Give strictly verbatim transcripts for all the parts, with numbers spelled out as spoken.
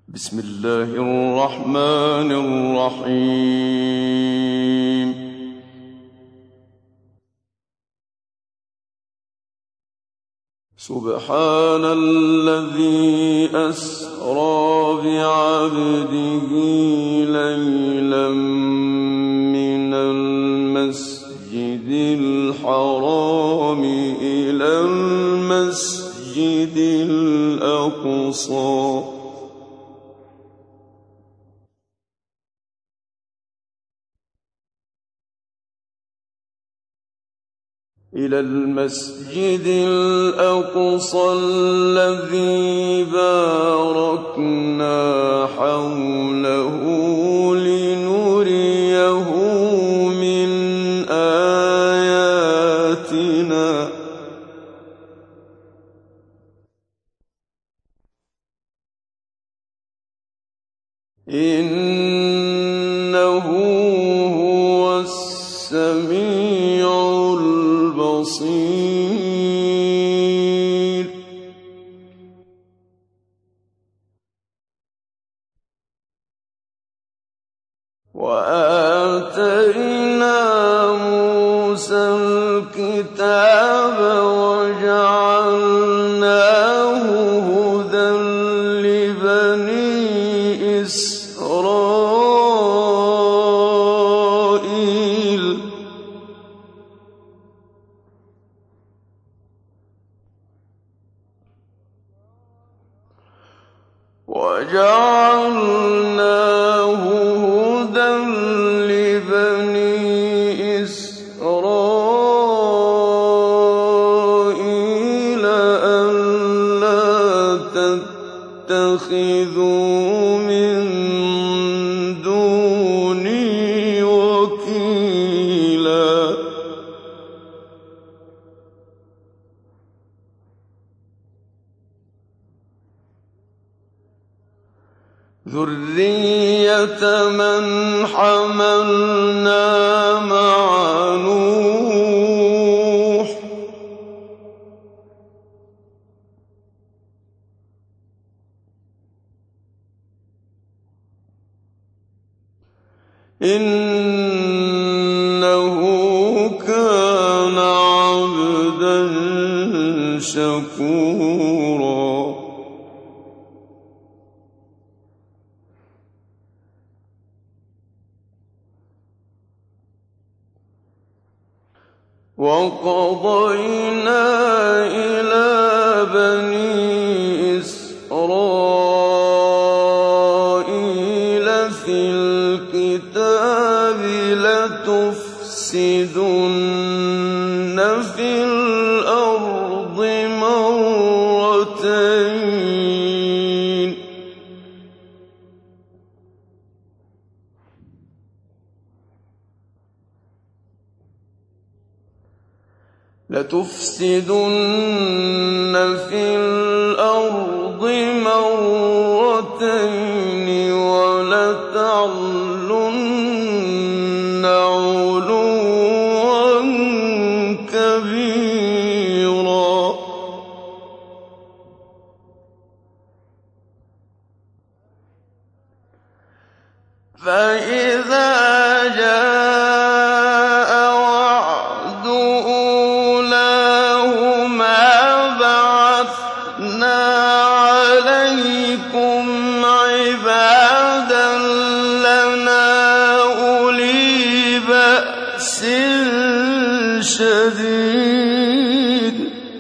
بسم الله الرحمن الرحيم. سبحان الذي أسرى بعبده ليلا من المسجد الحرام إلى المسجد الأقصى إلى المسجد الأقصى الذي باركنا حوله لنريه من آياتنا إنه هو السميع البصير. وآتينا موسى الكتاب وجعلناه هدى لبني إسرائيل وجعلناه هدى لبني إسرائيل ألا تتخذوا من دوني وكيلا. ذرية من حملنا مع نوح إنه كان عبدا شكورا. وقضينا إلى بني إسرائيل في الكتاب لتفسدن في الأرض مرتين لتفسدن في الأرض مرتين ولتعلن علوا كبيرا. فإذا جاء وعد أولاهما بعثنا عليكم عبادا لنا أولي بأس شديد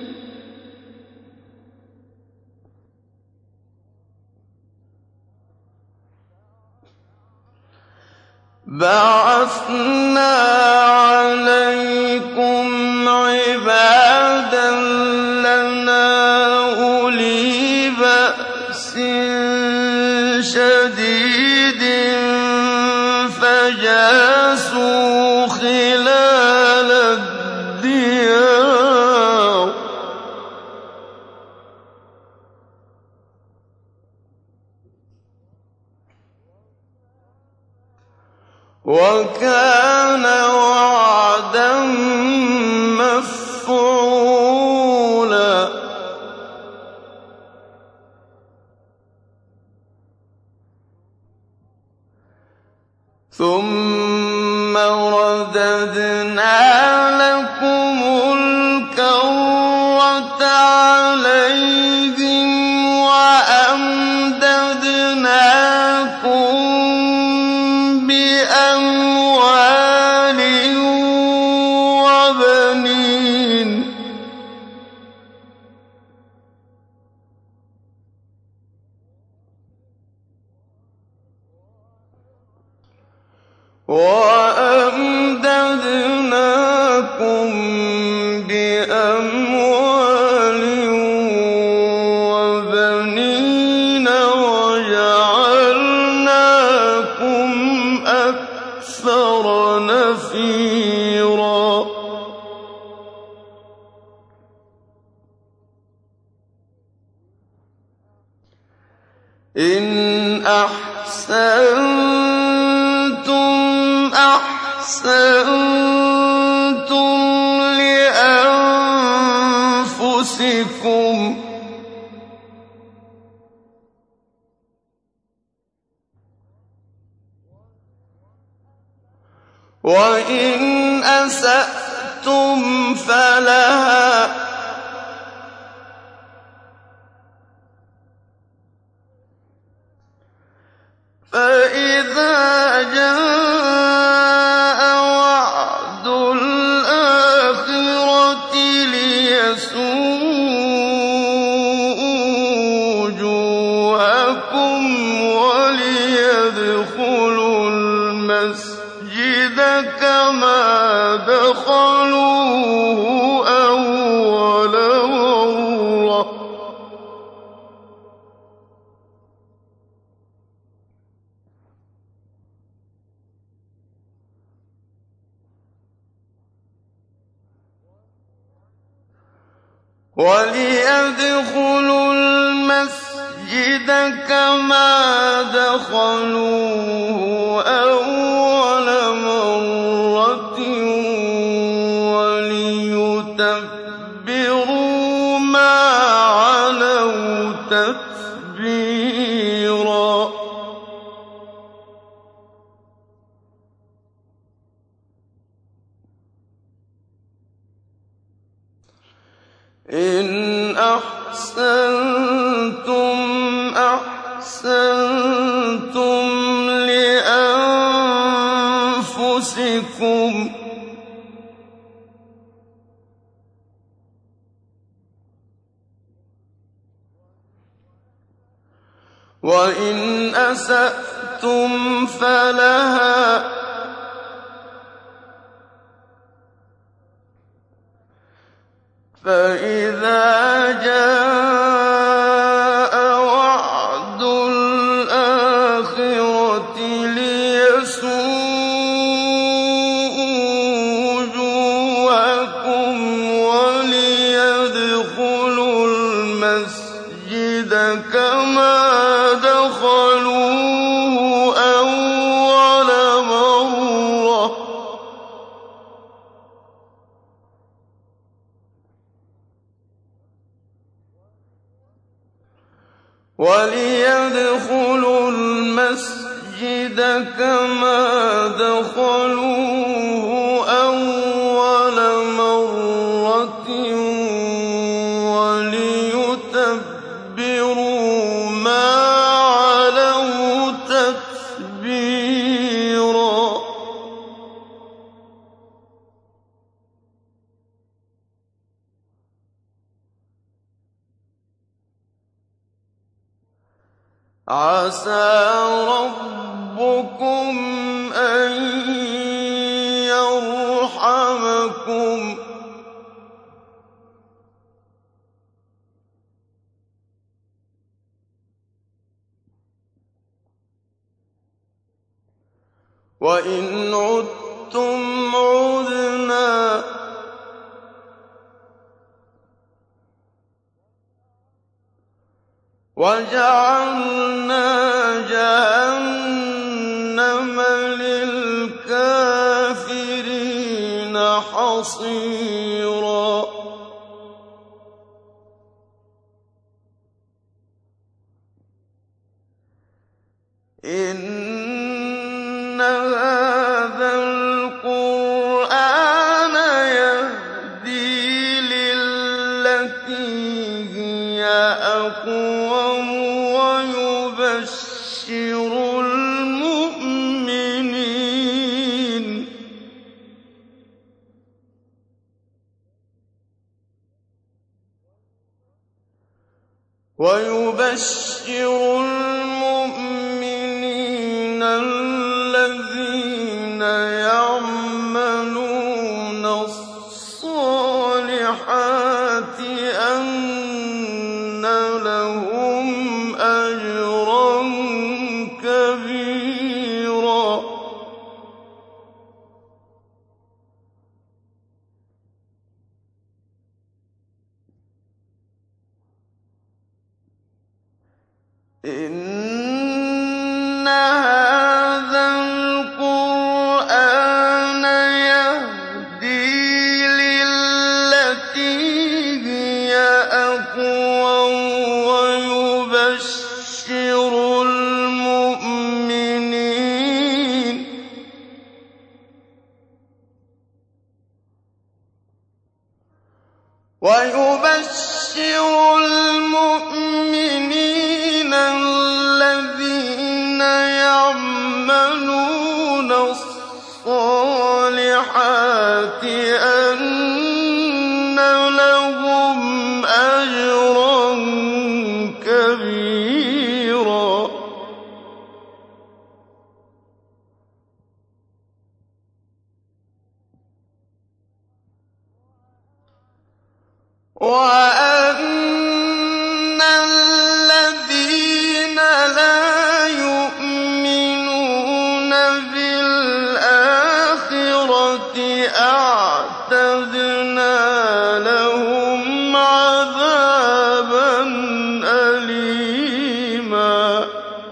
بعثنا عليكم عبادا لنا أولي بأس شديد فجاسوا خلال الديار وكان وعدا مفعولا. ثم رددنا لكم الكرة عليهم وأمددناكم بأموال وبنين وأمددناكم بأموال وبنين وجعلناكم أكثر نفيرا إن أحسنتم أحسنتم لأنفسكم وإن أسأتم فلها فإذا جاء وعد الآخرة ليسوءوا وجوهكم وليدخلوا المسجد كما دخلوه أول مرة وليدخلوا المسجد كما دخلوه أول مرة وليتبروا ما علوا تتبيرا إن أحسنتم أحسنتم لأنفسكم وإن أسأتم فلها فإذا جاء وعد الآخرة ليسوءوا وجوهكم وليدخلوا المسجد كما دخلوه أول مرة وليدخلوا المسجد كما دخلوه أول مرة وليتبروا ما علوا تتبيرا عسى ربكم أن يرحمكم وإن عدتم عدنا وجعلنا جهنم للكافرين حصيرا إن هَٰذَا الْقُرْآنَ يَهْدِي لِلَّتِي هِيَ أَقْوَمُ وَيُبَشِّرُ الْمُؤْمِنِينَ الَّذِينَ يَعْمَلُونَ الصَّالِحَاتِ أَنَّ لَهُمْ أَجْرًا كَبِيرًا. إِنَّ هَٰذَا الْقُرْآنَ يَهْدِي لِلَّتِي هِيَ أَقْوَمُ وَيُبَشِّرُ الْمُؤْمِنِينَ الَّذِينَ يَعْمَلُونَ الصَّالِحَاتِ أَنَّ لَهُمْ أَجْرًا كَبِيرًا. وَأَنَّ الَّذِينَ لَا يُؤْمِنُونَ بِالْآخِرَةِ أَعْتَدْنَا لَهُمْ عَذَابًا أَلِيمًا.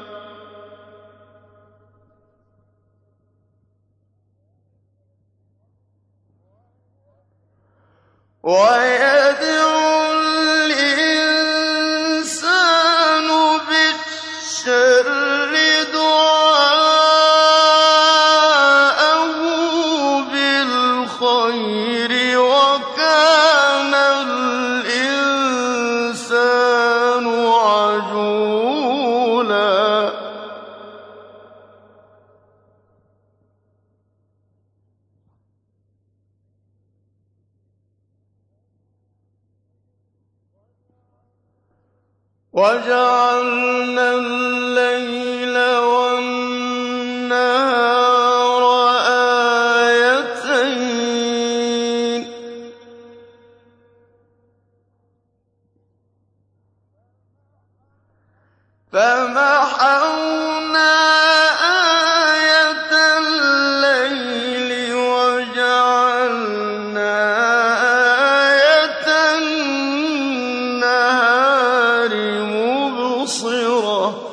وَيَدْعُو الْإِنسَانُ بِالشَّرِّ دُعَاءَهُ بِالْخَيْرِ ۖ وَكَانَ الْإِنسَانُ عَجُولًا. وَجَعَلْنَا اللَّيْلَ وَالنَّهَارَ آيَتَيْنِ ۖ فَمَحَوْنَا آيَةَ اللَّيْلِ وَجَعَلْنَا آيَةَ النَّهَارِ مُبْصِرَةً ۚ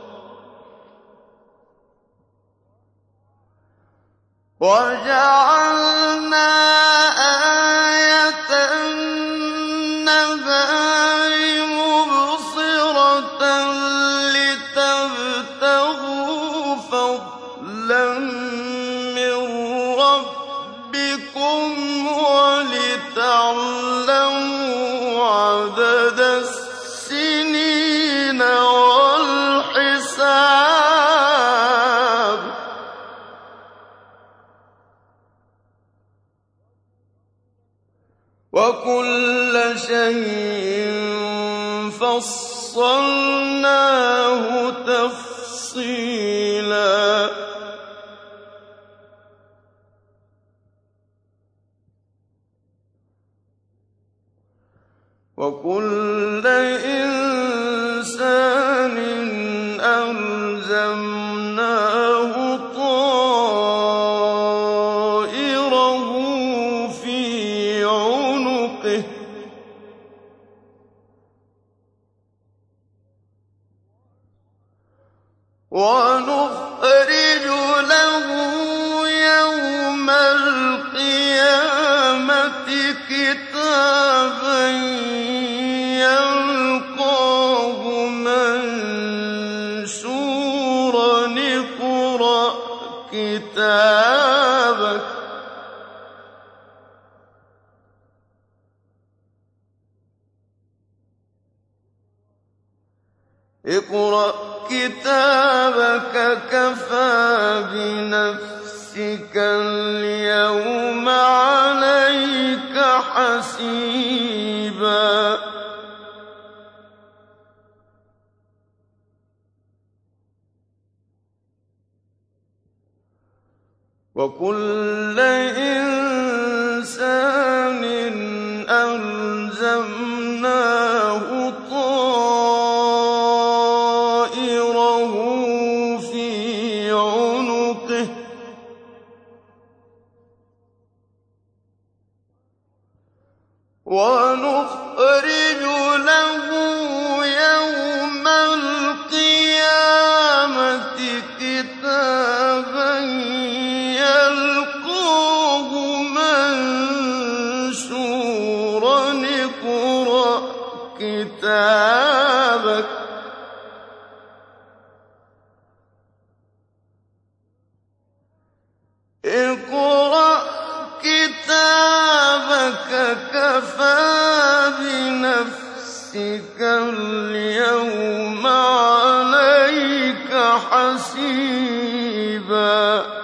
وَجَعَلْنَا آيَةَ النَّهَارِ مُبْصِرَةً لِّتَبْتَغُوا فَضْلًا مِّن رَّبِّكُمْ وَلِتَعْلَمُوا عَدَدَ السِّنِينَ وَالْحِسَابَ ۚ وَكُلَّ شَيْءٍ فَصَّلْنَاهُ تَفْصِيلًا. وَكُلَّ إِنسَانٍ أَلْزَمْنَاهُ طَائِرَهُ فِي عُنُقِهِ ۖ وَنُخْرِجُ لَهُ يَوْمَ الْقِيَامَةِ كِتَابًا يَلْقَاهُ مَنشُورًا. اقْرَأْ كتابك اقرأ كتابك كفى بنفسك اليوم عليك حسيبا وكل إنسان ألزمناه طائره في عنقه ونخرج له يوم القيامة كتابا يلقاه منشورا اقرأ كتابك اقرأ كتابك كفى بنفسك اليوم عليك حسيبا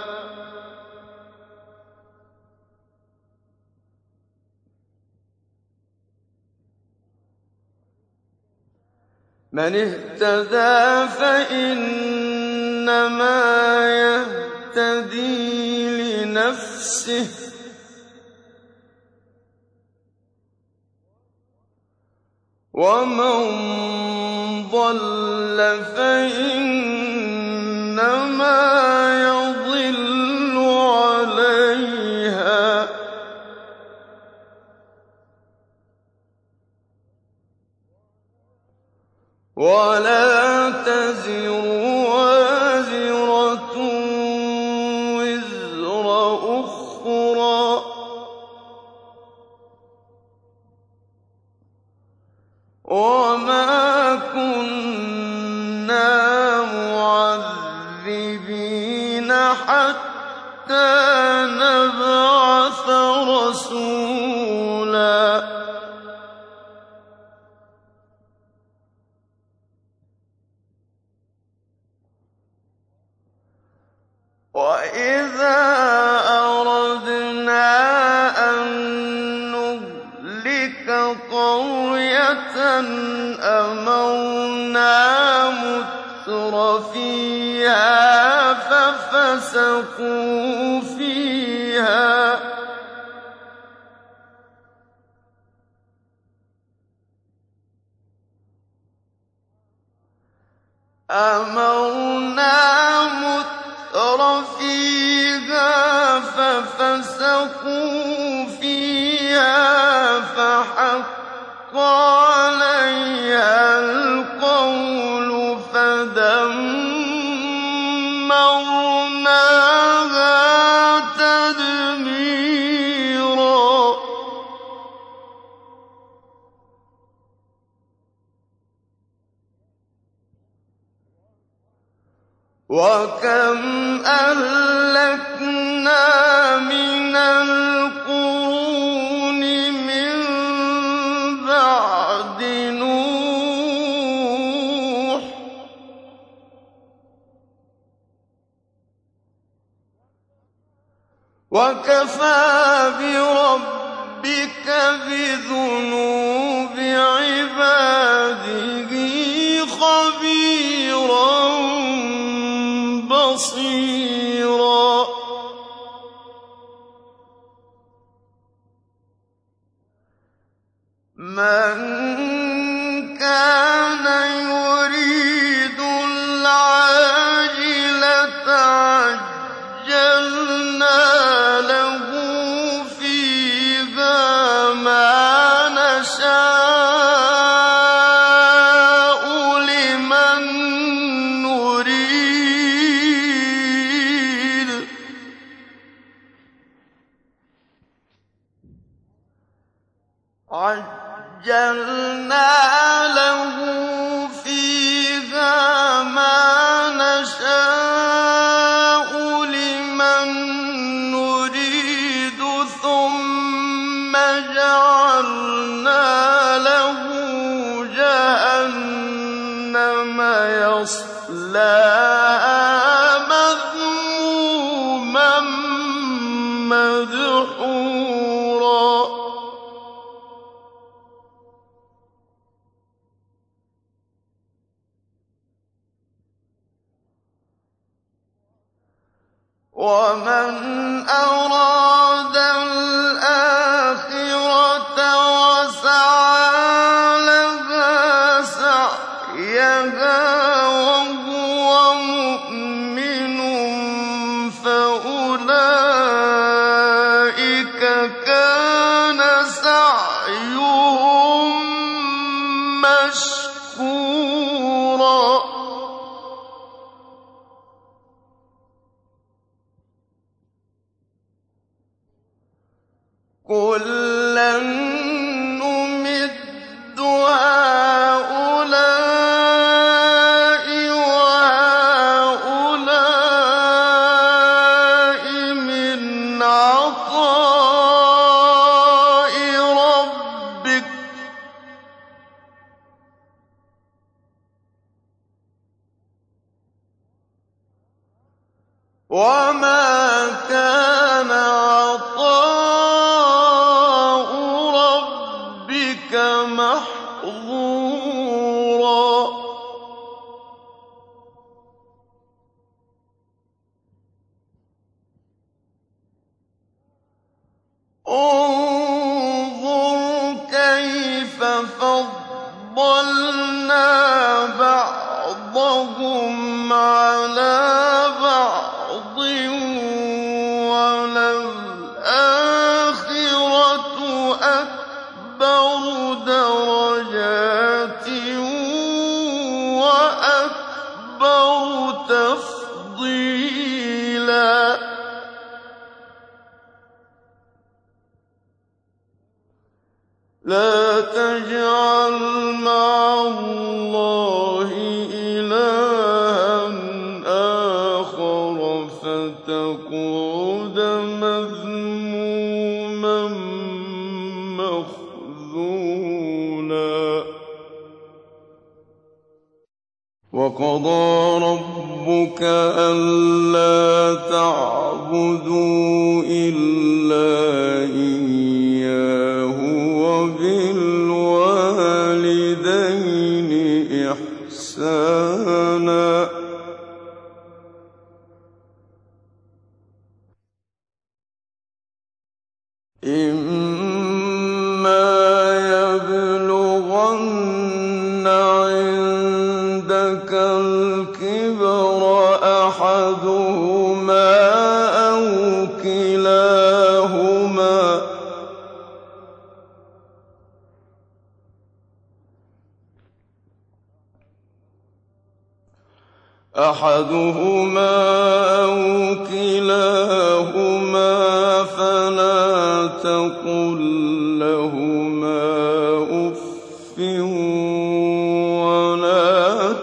من اهتدى فإنما يهتدي لنفسه ومن ضل فإنما يضل عليها ولا تزر وازرة وزر أخرى وما كنا معذبين حتى نبعث رسولا وإذا أردنا أن نهلك قرية أمرنا متر فيها ففسقوا فيها أمرنا متر فيها ففسقوا فيها فحق عليها القول فدمرناها تدميرا وكم أهلكنا من القرون من بعد نوح وكفى بربك بذنوب عباده خبيرا بصيرا من كان يريد العاجلة عجلنا له فيها ما نشاء لمن نريد عجلنا له فيها ما نشاء لمن يَصْلَاهَا مَذْمُومًا مَّدْحُورًا وَمَنْ أَرَادَ الْآخِرَةَ وَسَعَىٰ لَهَا سَعْيَهَا وَهُوَ مُؤْمِنٌ فَأُولَٰئِكَ كَانَ سَعْيُهُم مَّشْكُورًا كُلًّا نُّمِدُّ هَٰؤُلَاءِ وَهَٰؤُلَاءِ مِنْ عَطَاءِ رَبِّكَ ۚ وَمَا كَانَ عَطَاءُ رَبِّكَ مَحْظُورًا انظُرْ كَيْفَ فَضَّلْنَا بَعْضَهُمْ عَلَىٰ بَعْضٍ ۚ وَلَلْآخِرَةُ أَكْبَرُ دَرَجَاتٍ وَأَكْبَرُ تَفْضِيلًا لَا تَجْعَلْ مَعَ اللَّهِ إِلَٰهًا آخَرَ فَتَقْعُدَ مَذْمُومًا مَّخْذُولًا وَقَضَىٰ رَبُّكَ أَلَّا تَعْبُدُوا إِلَّا إِيَّاهُ وَبِالْوَالِدَيْنِ إِحْسَانًا ۚ إِمَّا يَبْلُغَنَّ عِندَكَ الْكِبَرَ أَحَدُهُمَا أَوْ كِلَاهُمَا أَحَدُهُمَا أَوْ كِلَاهُمَا فَلَا تَقُل لَّهُمَا أُفٍّ وَلَا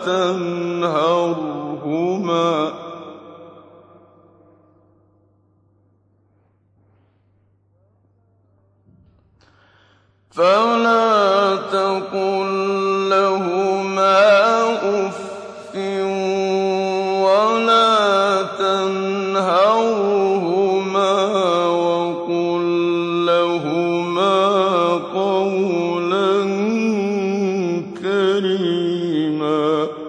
تَنْهَرْهُمَا فَلَا تَقُل لَّهُمَا أُفٍّ وَلَا تَنْهَرْهُمَا وَقُل لَّهُمَا قَوْلًا كَرِيمًا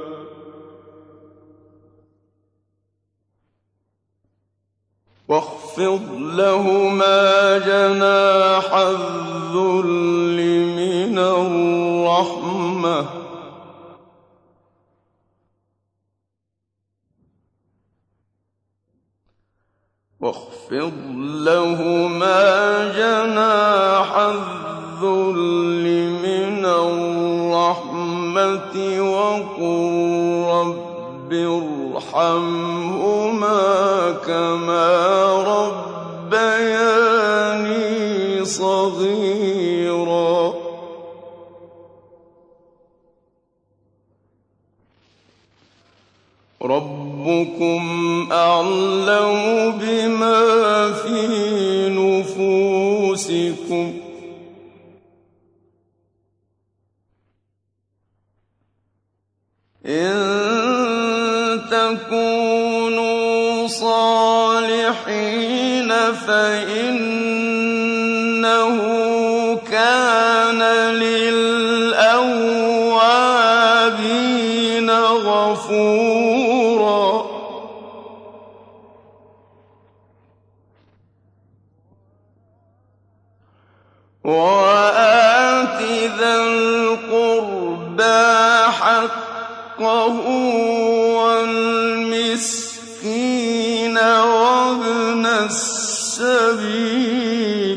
وَاخْفِضْ لَهُمَا جَنَاحَ الذُّلِّ مِنَ الرَّحْمَةِ ۖ واخفض لهما جناح الذل من الرحمة وقل رب ارحمهما كما ربياني صغيرا ربكم أعلم بما في نفوسكم إن تَكُونُوا صَالِحِينَ فَإِنَّهُ كَانَ لِلْأَوَّابِينَ غَفُورًا وَآتِ ذَا الْقُرْبَىٰ حَقَّهُ وَالْمِسْكِينَ وَابْنَ السَّبِيلِ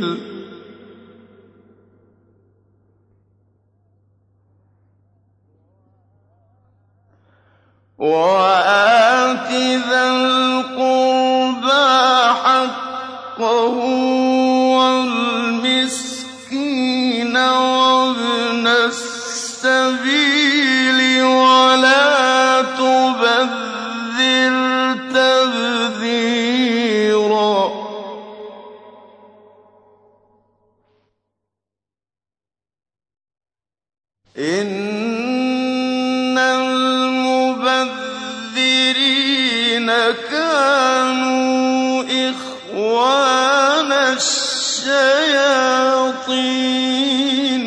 وَآتِ ذَا الْقُرْبَىٰ حَقَّهُ وَالْمِسْكِينَ وَابْنَ السَّبِيلِ وَلَا تُبَذِّرْ تَبْذِيرًا إِنَّ الْمُبَذِّرِينَ كَانُوا إِخْوَانَ الشَّيَاطِينِ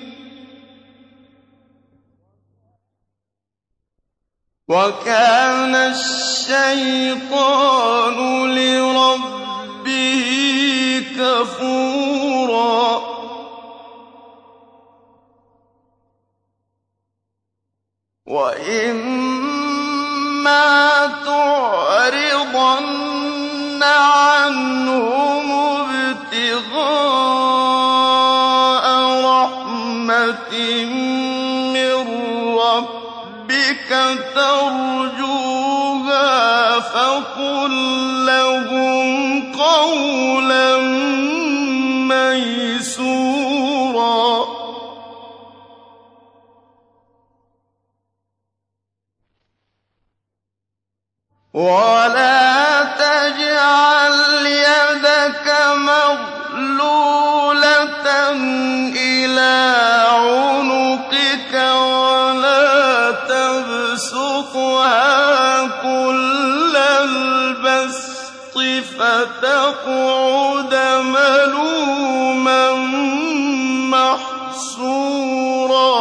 وَكَانَ الشَّيْطَانُ لِرَبِّهِ كَفُورًا وَإِمَّا تُعْرِضَنَّ عَنْهُمُ ابْتِغَاءَ رَحْمَةٍ مِّن رَّبِّكَ تَرْجُوهَا فَقُل لَّهُمْ قَوْلًا مَّيْسُورًا وَلَا تَجْعَلْ يَدَكَ مَغْلُولَةً إِلَىٰ عُنُقِكَ وَلَا تَبْسُطْهَا كُلَّ الْبَسْطِ فَتَقْعُدَ مَلُومًا مَّحْسُورًا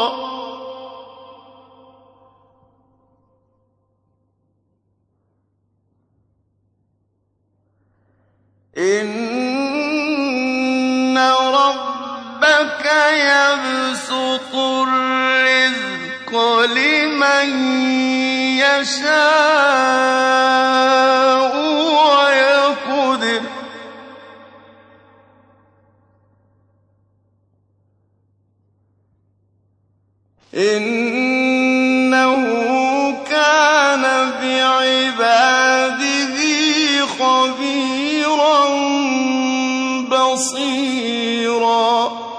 إِنَّ رَبَّكَ يَبْسُطُ الرِّزْقَ لِمَن يَشَاءُ وَيَقْدِرُ ۚ إِنَّهُ كَانَ بِعِبَادِهِ خَبِيرًا بَصِيرًا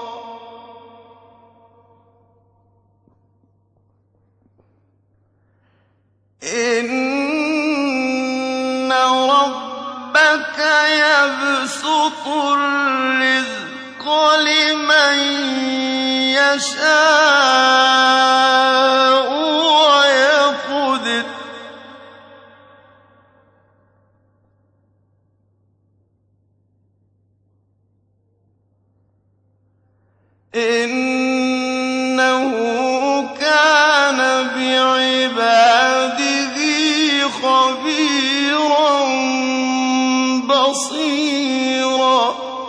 إِنَّ رَبَّكَ يَبْسُطُ الرِّزْقَ لِمَن يَشَاءُ وَيَقْدِرُ ۚ إِنَّهُ كَانَ بِعِبَادِهِ خَبِيرًا بَصِيرًا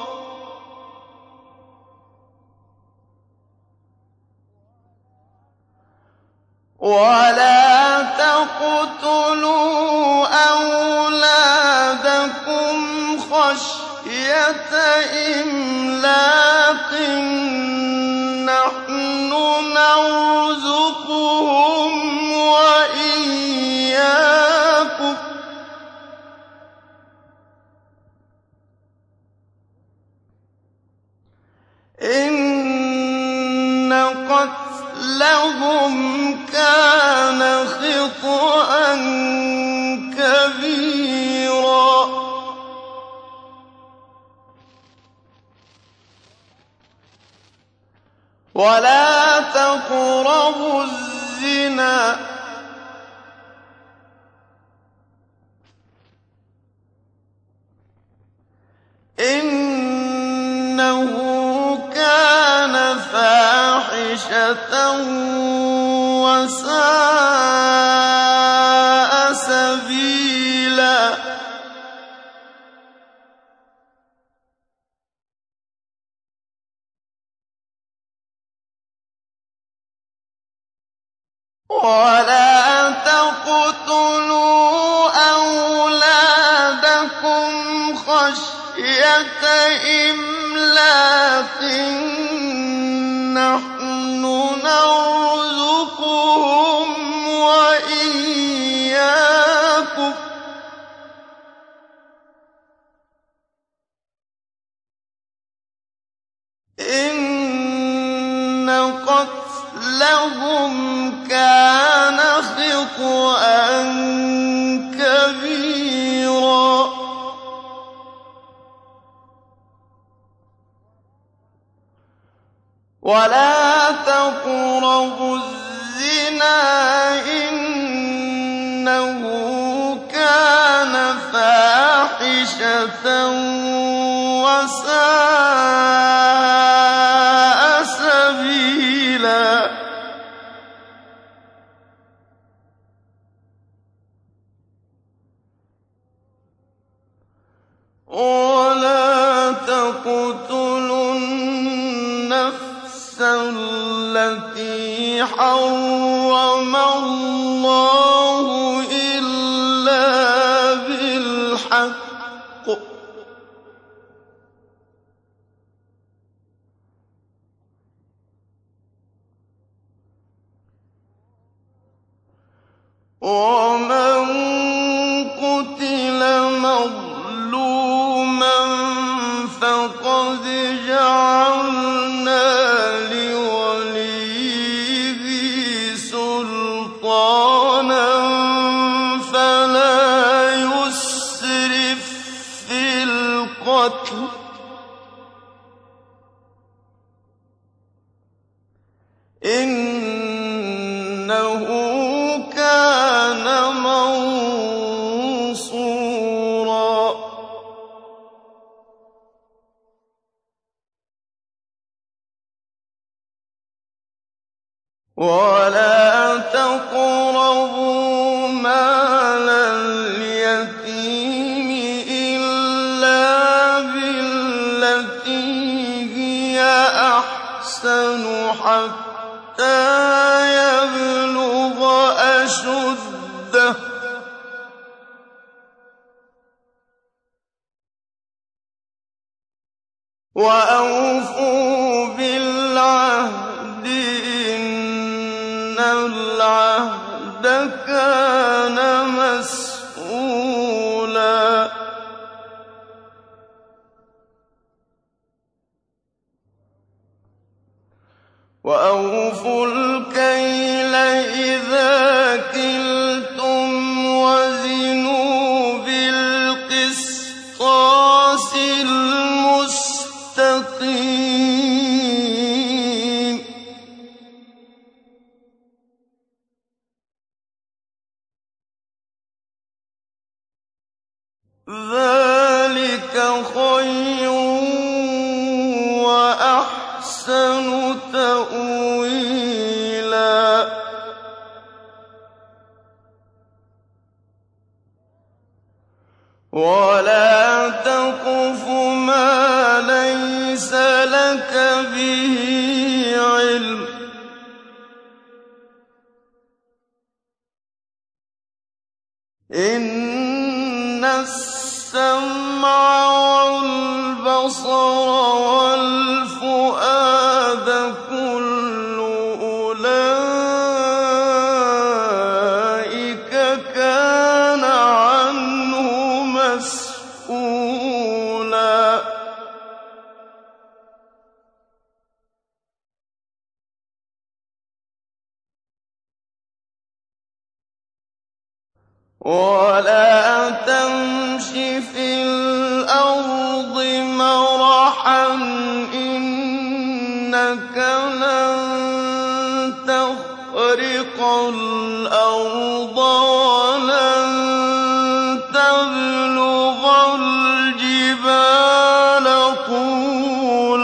وَلَا تَقْتُلُوا أَوْلَادَكُمْ خَشْيَةَ إِمْلَاقٍ ۖ نَّحْنُ نَرْزُقُهُمْ وَإِيَّاكُمْ ۚ إِنَّ قَتْلَهُمْ كَانَ خِطْئًا كَبِيرًا وَلَا تَقْرَبُوا الزِّنَا كَانَ فَاحِشَةً وَسَاءَ سَبِيلًا وَلَا تَقْتُلُوا أَوْلَادَكُمْ خَشْيَةَ إِمْلَاقٍ ۖ نَّحْنُ نَرْزُقُهُمْ وَإِيَّاكُمْ ۚ إِنَّ قَتْلَهُمْ كَانَ خِطْئًا كَبِيرًا وَلَا تَقْرَبُوا الزِّنَا ۖ إِنَّهُ كَانَ فَاحِشَةً وَسَاءَ سَبِيلًا وَلَا تَقْتُلُوا النَّفْسَ الَّتِي حَرَّمَ اللَّهُ إِلَّا بِالْحَقِّ ۚ وَمَن قُتِلَ مَظْلُومًا فَقَدْ جَعَلْنَا لِوَلِيِّهِ سُلْطَانًا فَلَا يُسْرِف فِّي الْقَتْلِ ۖ إِنَّهُ كَانَ مَنصُورًا وَلَا تَقْرَبُوا مَالَ الْيَتِيمِ إِلَّا بِالَّتِي هِيَ أَحْسَنُ حَتَّىٰ يَبْلُغَ أَشُدَّهُ ۖ وَأَوْفُوا بِالْعَهْدِ ۖ إِنَّ الْعَهْدَ كَانَ مَسْئُولًا وَأَوْفُوا الْكَيْلَ إِذَا كِلْتُمْ وَزِنُوا بِالْقِسْطَاسِ الْمُسْتَقِيمِ ذَٰلِكَ خَيْرٌ وَأَحْسَنُ تَأْوِيلًا وَلَا تَقْفُ مَا لَيْسَ لَكَ بِهِ عِلْمٌ ۚ إِنَّ السَّمْعَ وَالْبَصَرَ وَالْفُؤَادَ كُلُّ أُولَٰئِكَ كَانَ عَنْهُ مَسْئُولًا وَلَا تَمْشِ فِي الْأَرْضِ مَرَحًا ۖ إِنَّكَ لَن تَخْرِقَ الْأَرْضَ وَلَن تَبْلُغَ الْجِبَالَ طُولًا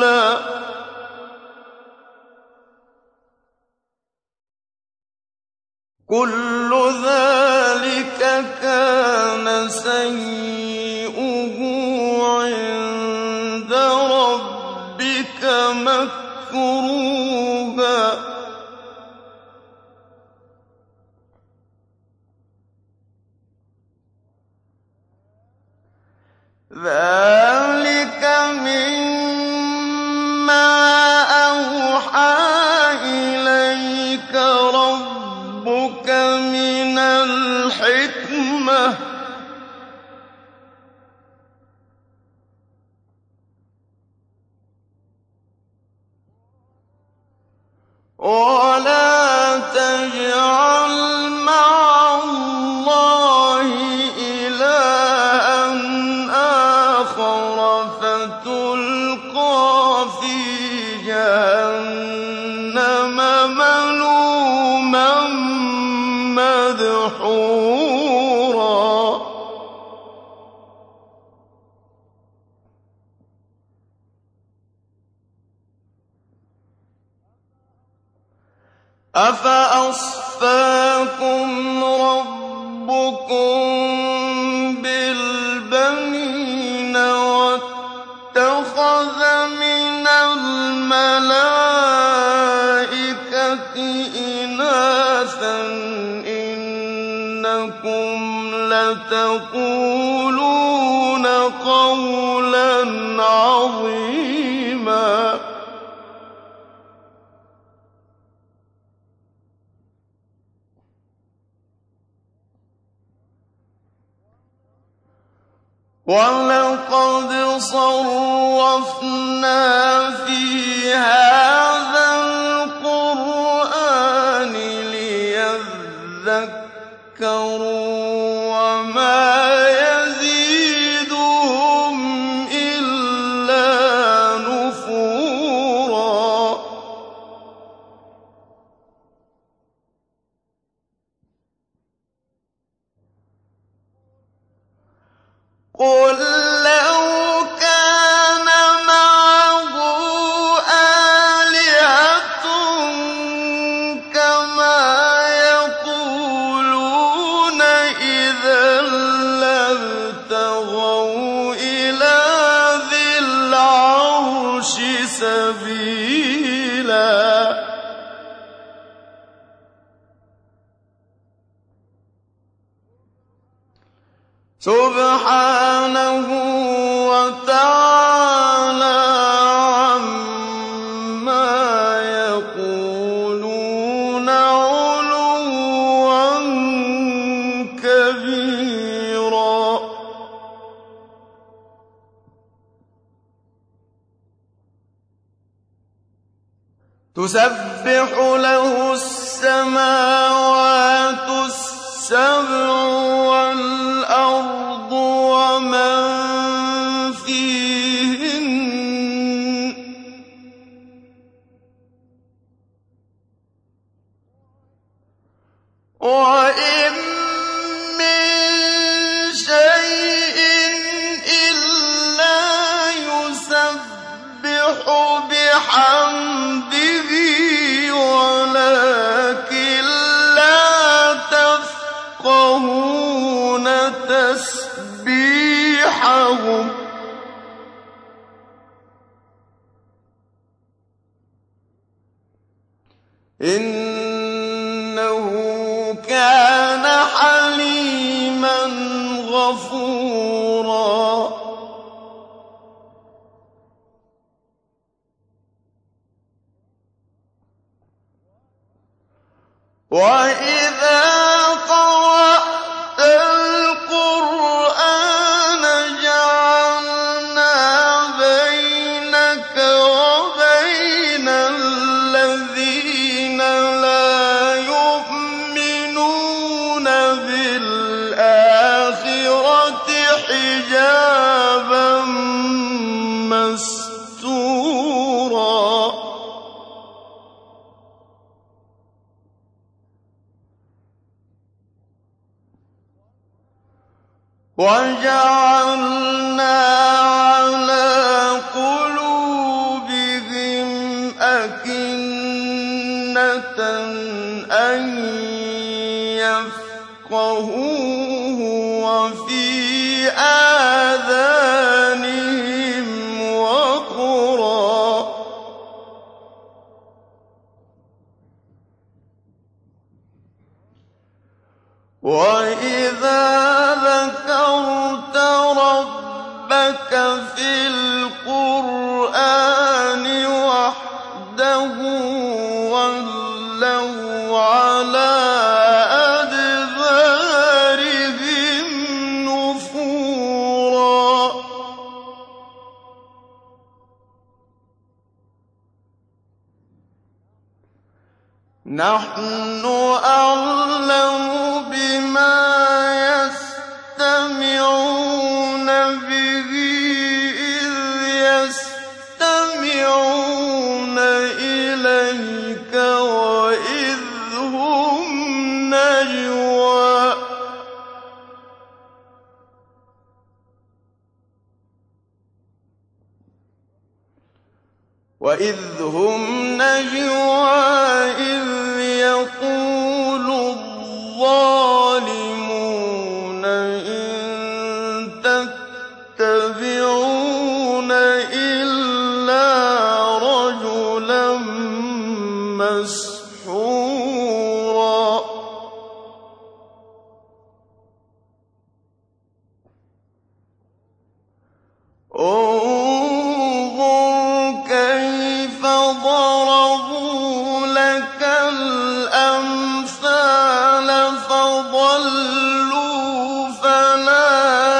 كُلُّ ذَٰلِكَ كَانَ سَيِّئُهُ عِندَ رَبِّكَ مَكْرُوهًا. ذَٰلِكَ مِمَّا أَوْحَىٰ إِلَيْكَ رَبُّكَ مِنَ الْحِكْمَةِ ۗ وَلَا تَجْعَلْ مَعَ اللَّهِ إِلَٰهًا آخَرَ فَتُلْقَىٰ فِي جَهَنَّمَ مَلُومًا مَّدْحُورًا. أَفَأَصْفَاكُمْ رَبُّكُم بِالْبَنِينَ وَاتَّخَذَ مِنَ الْمَلَائِكَةِ إِنَاثًا ۚ إِنَّكُمْ لَتَقُولُونَ قَوْلًا عَظِيمًا. وَلَقَدْ صَرَّفْنَا فِي هَٰذَا الْقُرْآنِ لِيَذَّكَّرُوا وَمَا يَزِيدُهُمْ إِلَّا نُفُورًا. قُل لَّوْ كَانَ مَعَهُ آلِهَةٌ كَمَا يَقُولُونَ إِذًا لَّابْتَغَوْا إِلَىٰ ذِي الْعَرْشِ سَبِيلًا. سُبْحَانَهُ وَتَعَالَىٰ عَمَّا يَقُولُونَ عُلُوًّا كَبِيرًا. تُسَبِّحُ لَهُ السَّمَاوَاتُ السَّبْعُ وَالْأَرْضُ وَمَن فِيهِنَّ ۚ وَإِن مِّن شَيْءٍ إِلَّا يُسَبِّحُ بِحَمْدِهِ وَلَٰكِن لَّا تَفْقَهُونَ تَسْبِيحَهُمْ ۗ إِنَّهُ كَانَ حَلِيمًا غَفُورًا. وَإِذَا قَرَأْتَ الْقُرْآنَ جَعَلْنَا بَيْنَكَ وَبَيْنَ الَّذِينَ لَا يُؤْمِنُونَ بِالْآخِرَةِ حِجَابًا مَّسْتُورًا. وَجَعَلْنَا عَلَىٰ قُلُوبِهِمْ أَكِنَّةً أَن وَفِي آذَانِهِمْ وَقْرًا ۚ وَإِذَا ذَكَرْتَ رَبَّكَ فِي الْقُرْآنِ وَحْدَهُ وَلَّوْا عَلَىٰ أَدْبَارِهِمْ نُفُورًا ۚ نَّحْنُ أَعْلَمُ بِمَا يَسْتَمِعُونَ بِهِ إِذْ يَسْتَمِعُونَ إِلَيْكَ وَإِذْ هُمْ نَجْوَىٰ وَإِذْ هُمْ نَجْوَىٰ إِذْ يَقُولُ الظَّالِمُونَ إِن تَتَّبِعُونَ إِلَّا رَجُلًا مَّسْحُورًا انظُرْ كَيْفَ ضَرَبُوا لَكَ الْأَمْثَالَ فَضَلُّوا فَلَا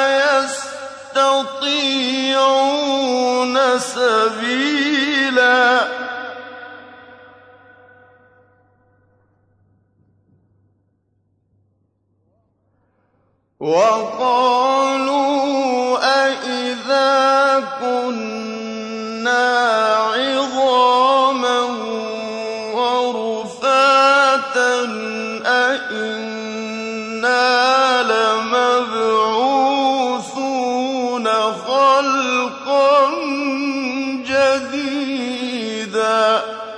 يَسْتَطِيعُونَ سَبِيلًا وَقَالُوا أَإِذَا كُنَّا عِظَامًا وَرُفَاتًا أَإِنَّا لَمَبْعُوثُونَ خَلْقًا جَدِيدًا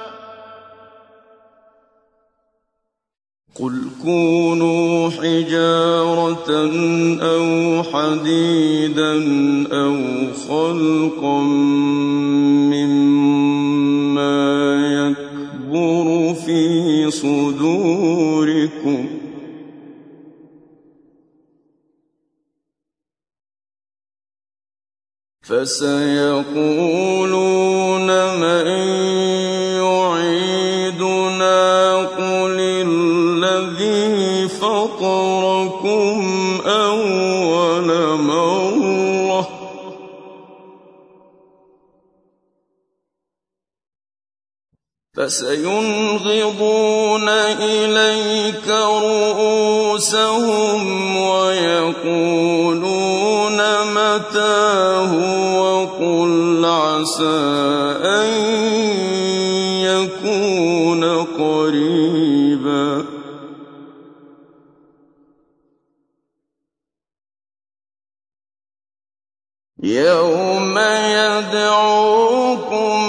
قُلْ كُونُوا حِجَارَةً أَوْ حَدِيدًا أَوْ خَلْقًا مِّمَّا يَكْبُرُ فِي صُدُورِكُمْ ۖ فَسَيَقُولُونَ مَن يُعِيدُنَا قُلِ الَّذِي فَطَرَكُمْ أَوَّلَ مَرَّةٍ ۚ فَسَيُنْغِضُونَ إِلَيْكَ رُءُوسَهُمْ وَيَقُولُونَ مَتَىٰ هُوَ قُلْ عَسَىٰ أَن يَكُونَ قَرِيبًا يَوْمَ يَدْعُوكُمْ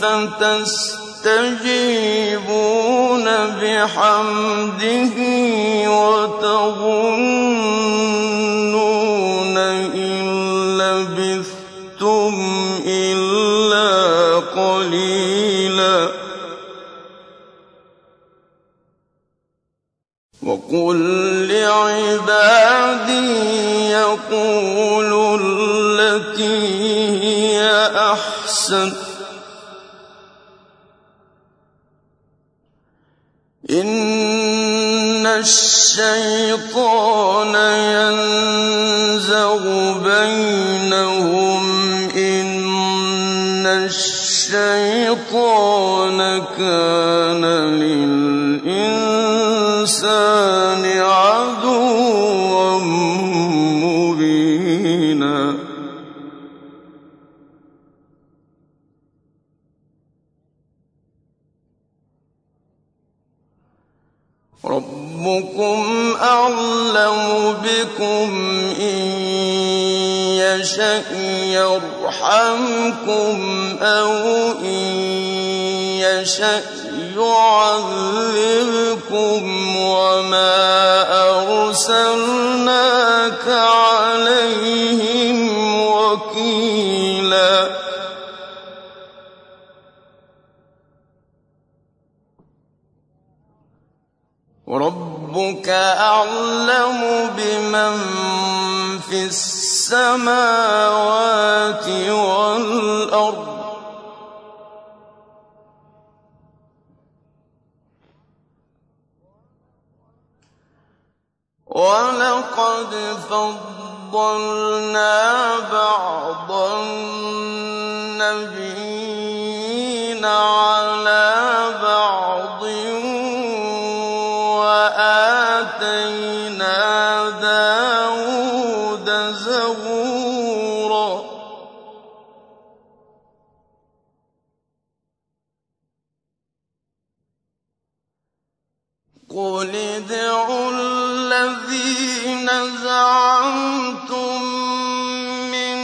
فَتَسْتَجِيبُونَ بِحَمْدِهِ وَتَظُنُّونَ إِن لَّبِثْتُمْ إِلَّا قَلِيلًا وَقُل لِّعِبَادِي يَقُولُوا الَّتِي هِيَ أَحْسَنُ إِنَّ الشَّيْطَانَ يَنزَغُ بَيْنَهُمْ إِنَّ الشَّيْطَانَ كَانَ لِلْإِنسَانِ عَدُوًّا مُّبِينًا رَبُّكُمْ أَعْلَمُ بِكُمْ إِن يَشَأْ يَرْحَمْكُمْ أَوْ إِن يَشَأْ يعذبكم وما أرسلناك عليهم وكيلا وربك أعلم بمن في السماوات والأرض ولقد فضلنا بعض النبيين على بعض وآتينا داود زبورا قل ادعوا الذين زعمتم من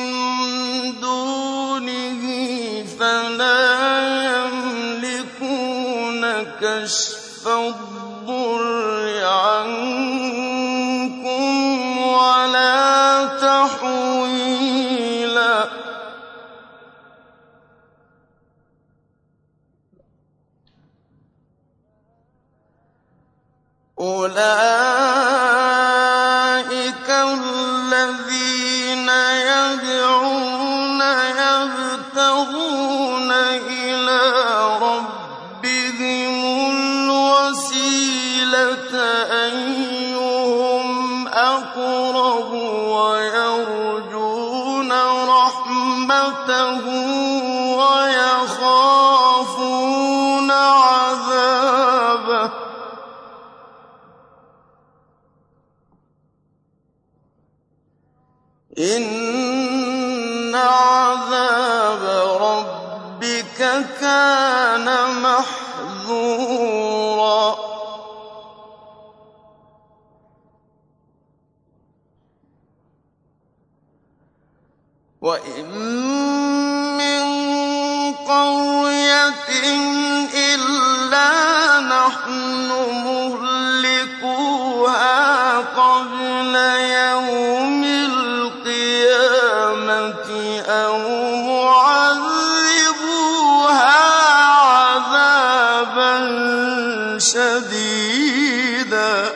دونه فلا يملكون كشف الضر عنكم ولا تحويلا أولئك الذين يدعون يبتغون إلى ربهم الوسيلة أيهم أقرب ويرجون رحمته ويخافون عذابه إن عذاب ربك كان محذورا وإن من قرية إلا نحن مهلكوها قبل يوم القيامة أو معذبوها عذابا شديدا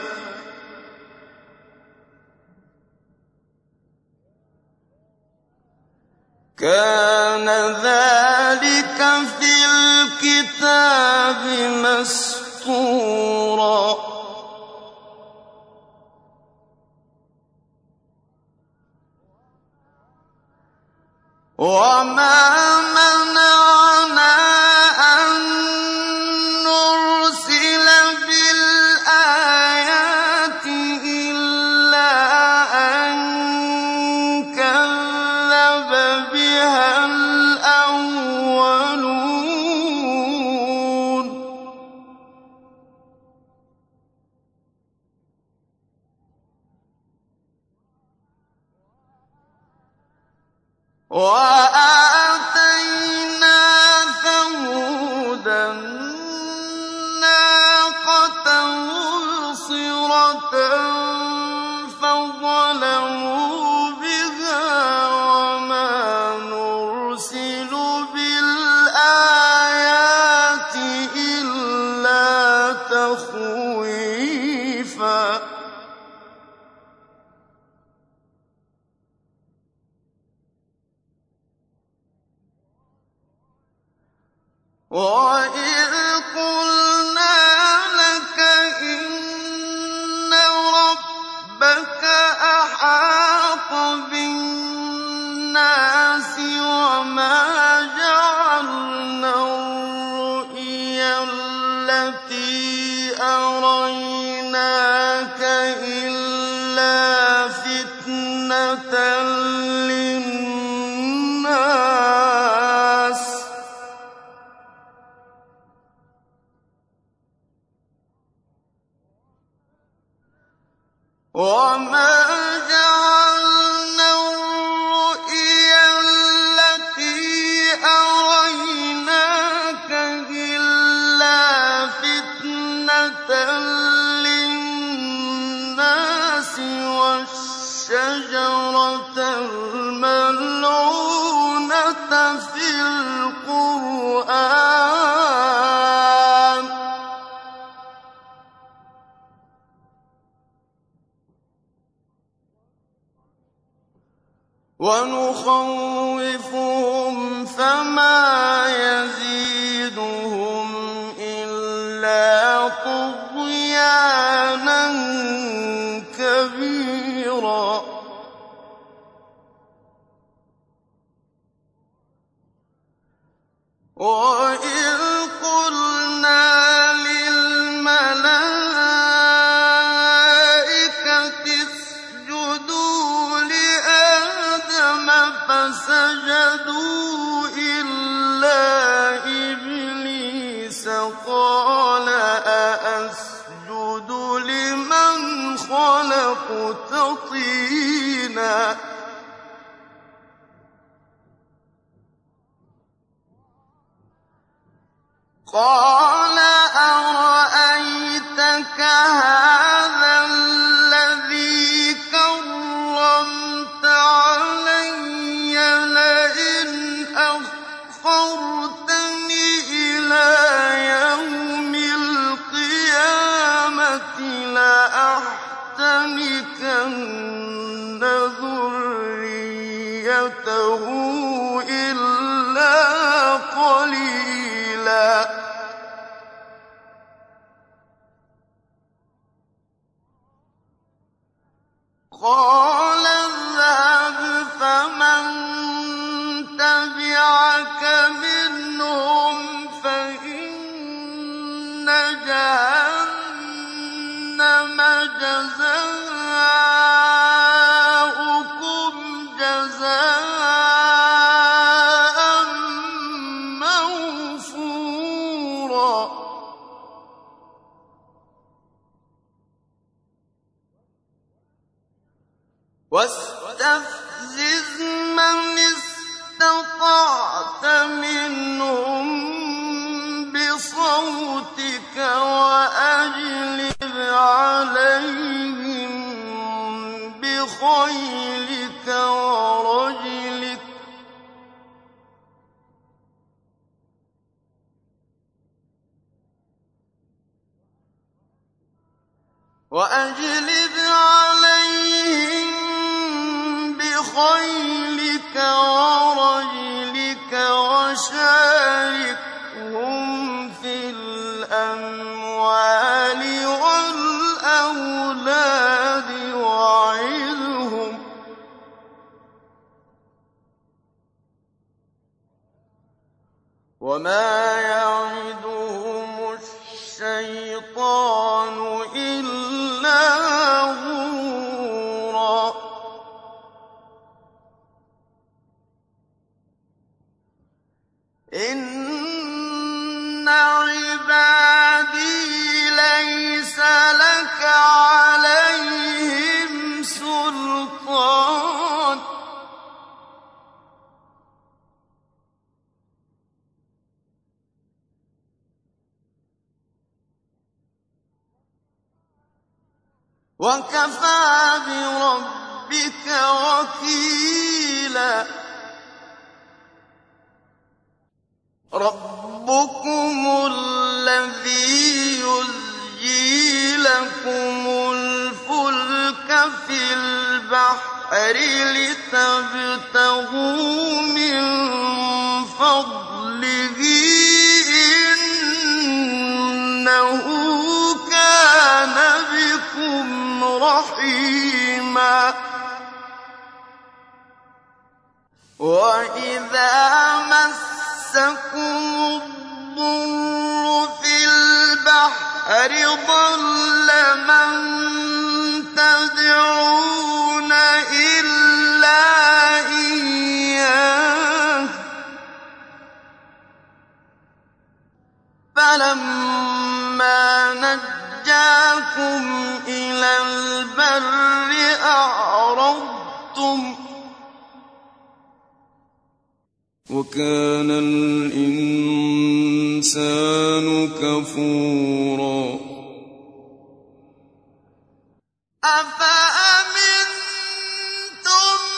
كان ذلك في الكتاب مسطورا وما منعنا أن نرسل بالآيات إلا أن كذب بها الأولون وآتينا ثمود الناقة مبصرة فظلموا بها وما نرسل بالآيات إلا تخويفا وَإِذْ قُلْنَا لَكَ إِنَّ رَبَّكَ أَحَاطَ بِالنَّاسِ وَمَا جَعَلْنَا الرُّؤْيَا الَّتِي أَرَيْنَاكَ إِلَّا فِتْنَةً لِّلنَّاسِ وَمَا جَعَلْنَا الرُّؤْيَا الَّتِي أَرَيْنَاكَ إِلَّا الْمَلْعُونَةَ فِي الْقُرْآنِ وَنُخَوِّفُهُمْ فَمَا يَزِيدُهُمْ إِلَّا طُغْيَانًا كَبِيرًا وَإِذْ قُلْنَا لِلْمَلَائِكَةِ اسْجُدُوا لِآدَمَ فَسَجَدُوا إِلَّا إِبْلِيسَ قَالَ أَأَسْجُدُ لِمَنْ خَلَقْتَ طِينًا قَالَ أَرَأَيْتَكَ هَٰذَا الَّذِي كَرَّمْتَ عَلَيَّ لَئِنْ أَخَّرْتَنِ إِلَىٰ يَوْمِ الْقِيَامَةِ لَأَحْتَنِكَنَّ ذُرِّيَّتَهُ إِلَّا قَلِيلًا قَالَ اذْهَبْ فَمَن تَبِعَكَ مِنْهُمْ فَإِنَّ جَهَنَّمَ جَزَاؤُكُمْ جَزَاءً مَّوْفُورًا وَاسْتَفْزِزْ مَنِ اسْتَطَعْتَ مِنْهُم بِصَوْتِكَ وَأَجْلِبْ عَلَيْهِم بِخَيْلِكَ وَرَجِلِكَ وَأَجْلِبْ عَلَيْهِم بِخَيْلِكَ وَرَجِلِكَ وَشَارِكْهُمْ فِي الْأَمْوَالِ وَالْأَوْلَادِ وَعِظْهُمْ ۚ وَمَا يَعِدُهُمُ الشَّيْطَانُ إِلَّا غُرُورًا إِنَّ عِبَادِي لَيْسَ لَكَ عَلَيْهِمْ سُلْطَانٌ وَكَفَىٰ بِرَبِّكَ وَكِيلًا رَبُّكُمُ الَّذِي يُزْجِي لَكُمُ الْفُلْكَ فِي الْبَحْرِ لِتَبْتَغُوا مِن فَضْلِهِ إِنَّهُ كَانَ بِكُمْ رَحِيمًا وَإِذَا مَسَّكُمُ الضُّرُّ فِي الْبَحْرِ ضَلَّ مَن تَدْعُونَ إِلَّا إِيَّاهُ فَلَمَّا نَجَّاكُمْ إِلَى الْبَرِّ أَعْرَضْتُمْ ۚ وَكَانَ الْإِنسَانُ كَفُورًا أَفَأَمِنتُمْ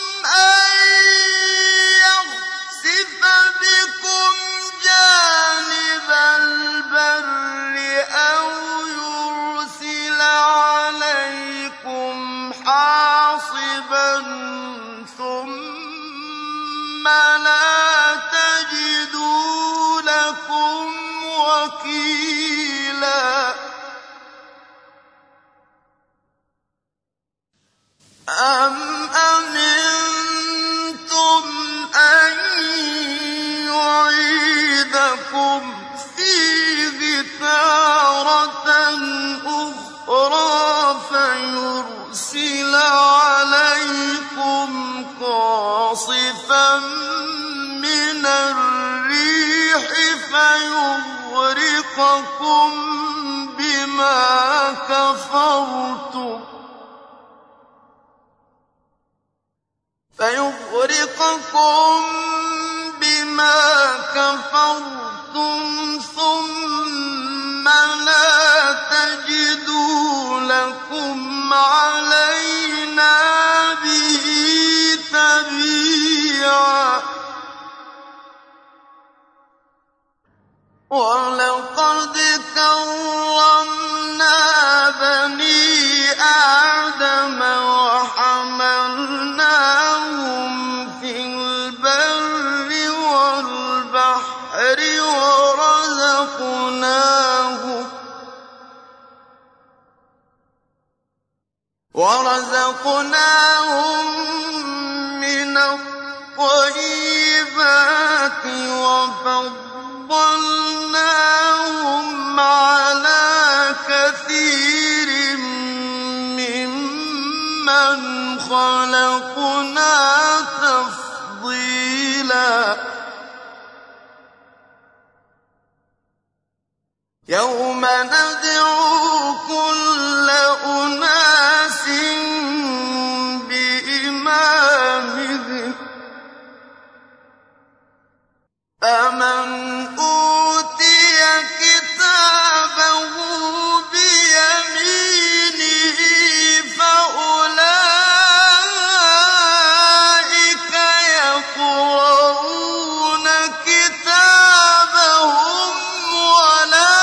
عاصفا من الريح فيغرقكم بما كفرتم فيغرقكم بما كفرتم ثم لا تجدوا لكم علينا به تبيعا ولقد كرمنا بني آدم وحملناهم في البر والبحر ورزقناهم ورزقناهم من الطيبات وفضلناهم على كثير ممن خلقنا تفضيلا يوم ندعو كل أناس بإمامهم فمن أوتي كتابه بيمينه فأولئك يقرؤون كتابهم ولا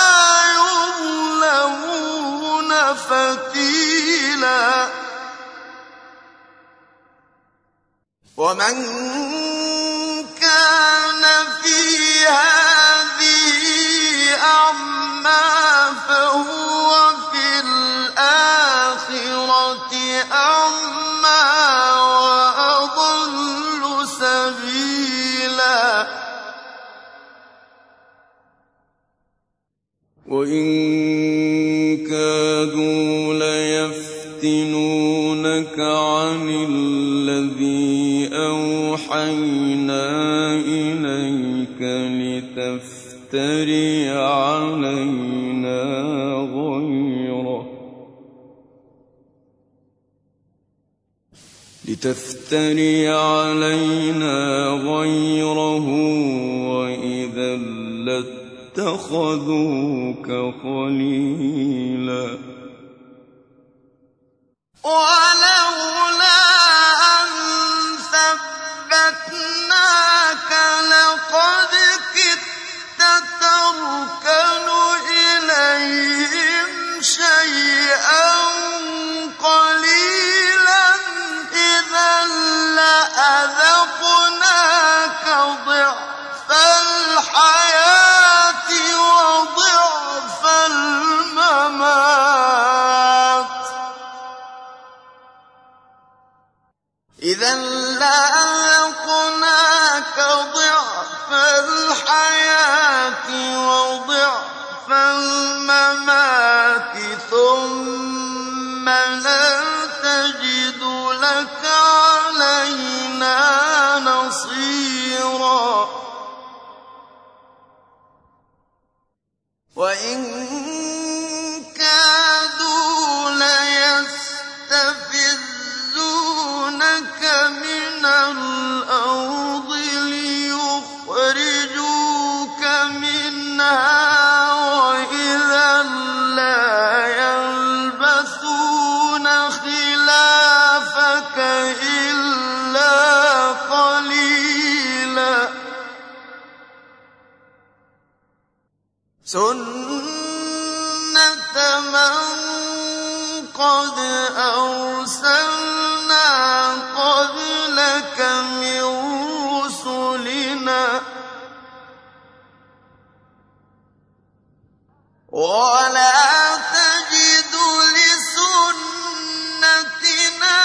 يظلمون فتيلا ومن كان في هذه أعمى فهو في الآخرة أعمى وأضل سبيلا وإن كادوا ليفتنونك عن الذي أوحينا إليك لتفتري علينا غيره لتفتري علينا غيره وإذا لاتخذوك خليلا ولولا أن ثبتناك لقد كدت تركن إليهم شيئا قليلا إذا لأذقناك ضعف الحياة وضعف الممات إذا لأذقناك ضعف الحياة وضعف الممات ثم لا تجد لك علينا نصيرا وإن كادوا ليستفزونك من الأرض ليخرجوك منها وإذا لا يلبثون خلافك إلا قليلا سنة من قد أرسلنا قبلك من رسلنا ولا تجد لسنتنا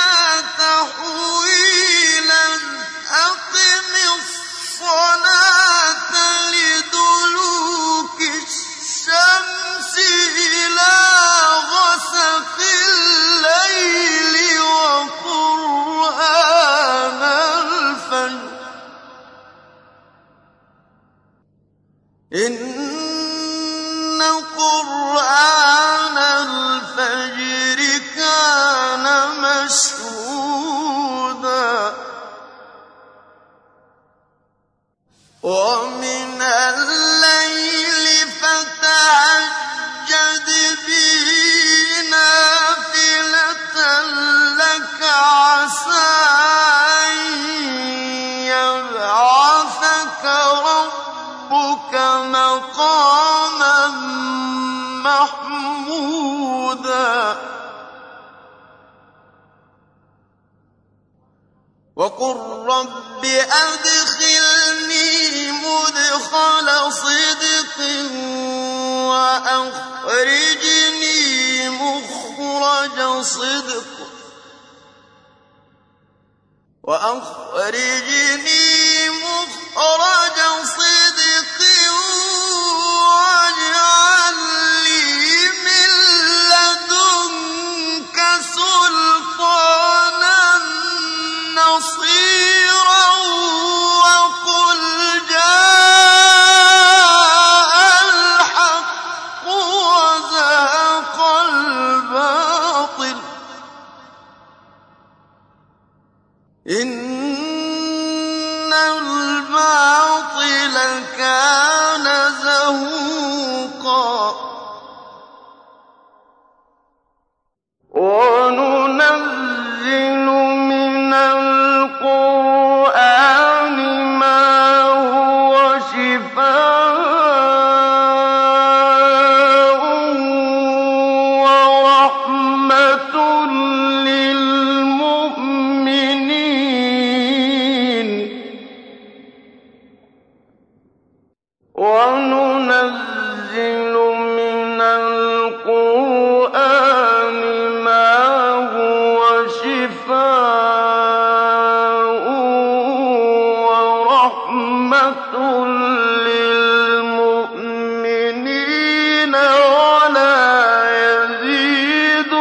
تحويلا أقم الصلاة لدلوك الشمس إلى غسق الليل وقرآن الفجر إن قرآن الفجر كان مشهودا ومن الليل فتهجد به نافلة لك عسى أن يبعثك ربك مقاما محمودا وقل رب أدخلني مدخل صدق وأخرجني مخرج صدق وأخرجني مخرج صدق واجعل لي من لدنك سلطانا نصيرا وقل جاء الحق وزهق الباطل إن الباطل كان زهوقا وننزل من القرآن ما هو شفاء ورحمة للمؤمنين وننزل من القرآن ما هو شفاء ورحمة للمؤمنين ولا يزيد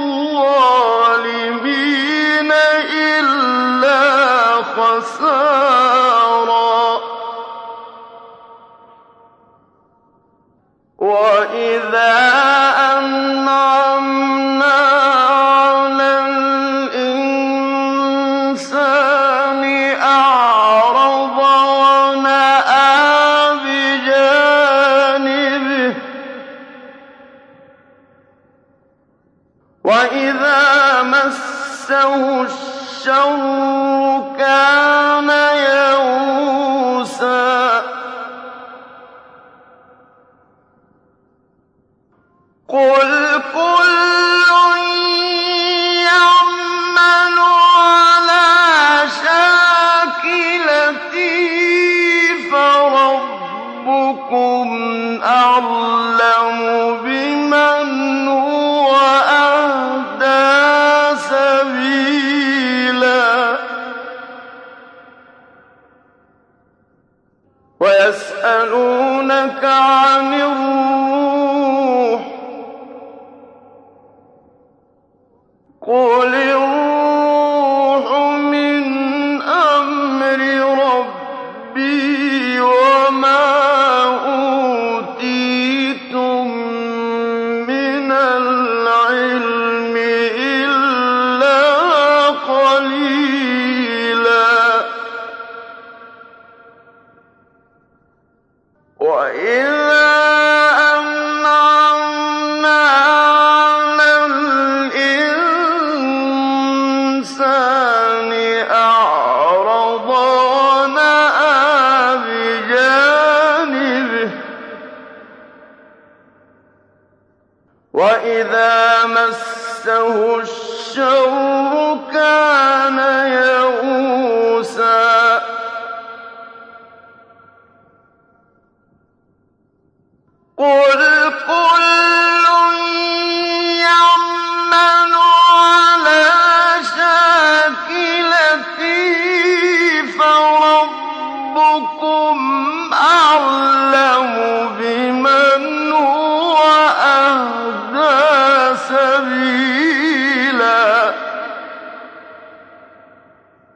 الظالمين إلا خسارا وإذا أنعمنا على الإنسان أعرض ونأى بجانبه وإذا مسه الشر كان يئوسا قل كل يعمل على شاكلته فربكم أعلم بمن هو أهدى سبيلا ويسألونك عن الروح قل الروح من أمر ربي وما أوتيتم من العلم إلا قليلا وإذا أنعمنا على الإنسان أعرض ونأى بجانبه وإذا مسه الشر كان يئوسا قل كل يعمل على شاكلته فربكم أعلم بمن هو أهدى سبيلا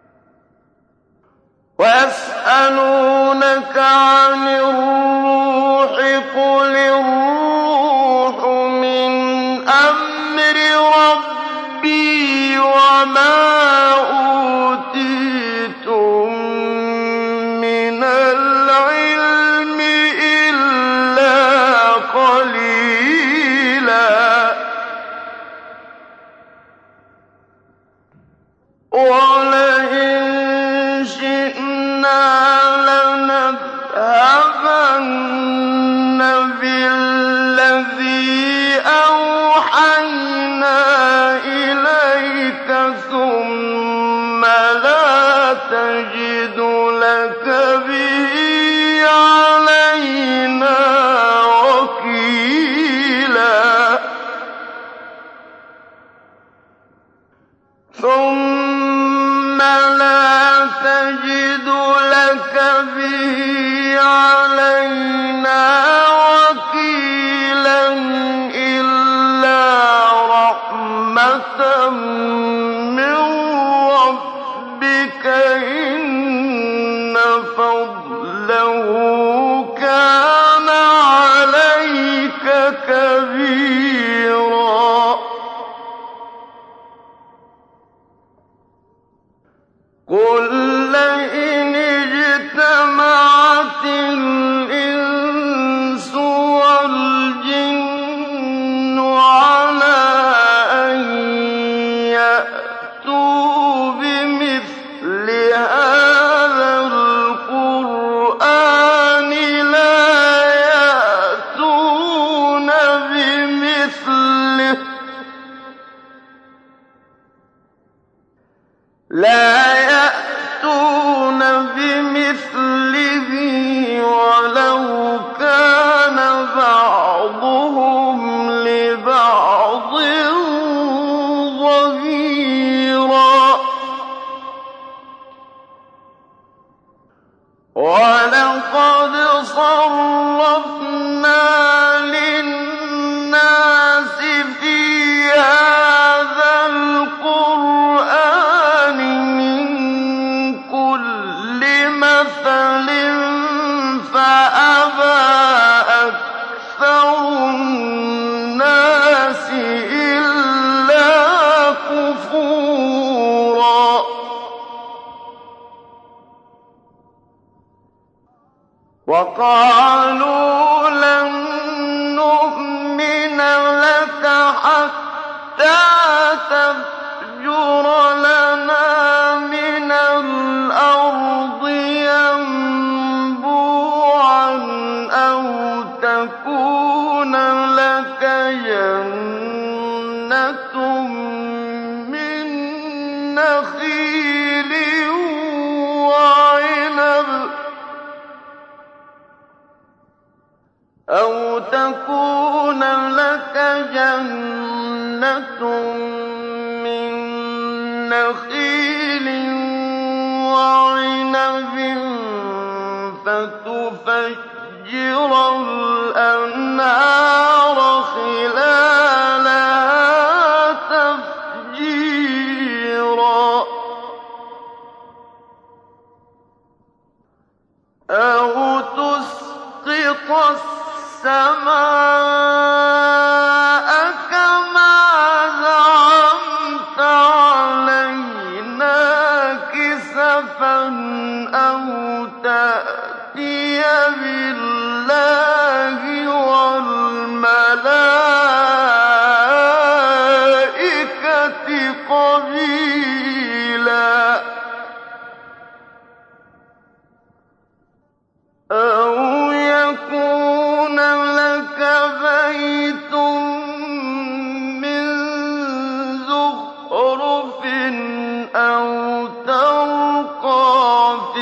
ويسألونك عن الروح آمَنَّ بِالَّذِي أَوْحَيْنَا إِلَيْكَ ثُمَّ لَا تَجِدُ لَكَ بِهِ عَلَيْنَا وَكِيلًا ثُمَّ لَا تَجِدُ لَكَ بِهِ عَلَيْنَا وَكِيلًا إِلَّا رَحْمَةً مِّن رَّبِّكَ إِنَّ فَضْلَهُ كَانَ عَلَيْكَ كَبِيرًا قُل لَّئِنِ اجْتَمَعَتِ الْإِنسُ وَالْجِنُّ عَلَىٰ أَن يَأْتُوا بِمِثْلِ هَٰذَا الْقُرْآنِ لَا يَأْتُونَ بِمِثْلِهِ وَلَوْ كَانَ بَعْضُهُمْ لِبَعْضٍ ظَهِيرًا وَلَقَدْ صَرَّفْنَا لِلنَّاسِ فِي هَٰذَا الْقُرْآنِ مِن كُلِّ مَثَلٍ فَأَبَىٰ أَكْثَرُ النَّاسِ إِلَّا كُفُورًا وَقَالُوا لَن نُّؤْمِنَ لَكَ حَتَّىٰ تَفْجُرَ لَنَا مِنَ الْأَرْضِ يَنبُوعًا أَوْ تَكُونَ لَكَ جَنَّةٌ مِّن نَّخِيلٍ وَعِنَبٍ أَوْ تَكُونَ لَكَ جَنَّةٌ مِّن نَّخِيلٍ وَعِنَبٍ فَتُفَجِّرَ الْأَنْهَارَ خِلَالَهَا تَفْجِيرًا أَوْ تُسْقِطَ السَّمَاءَ كَمَا زَعَمْتَ عَلَيْنَا كِسَفًا أَوْ تَأْتِيَ بِاللَّهِ وَالْمَلَائِكَةِ قَبِيلًا أَوْ يَكُونَ لَكَ بَيْتٌ مِّن زُخْرُفٍ أَوْ تَرْقَىٰ فِي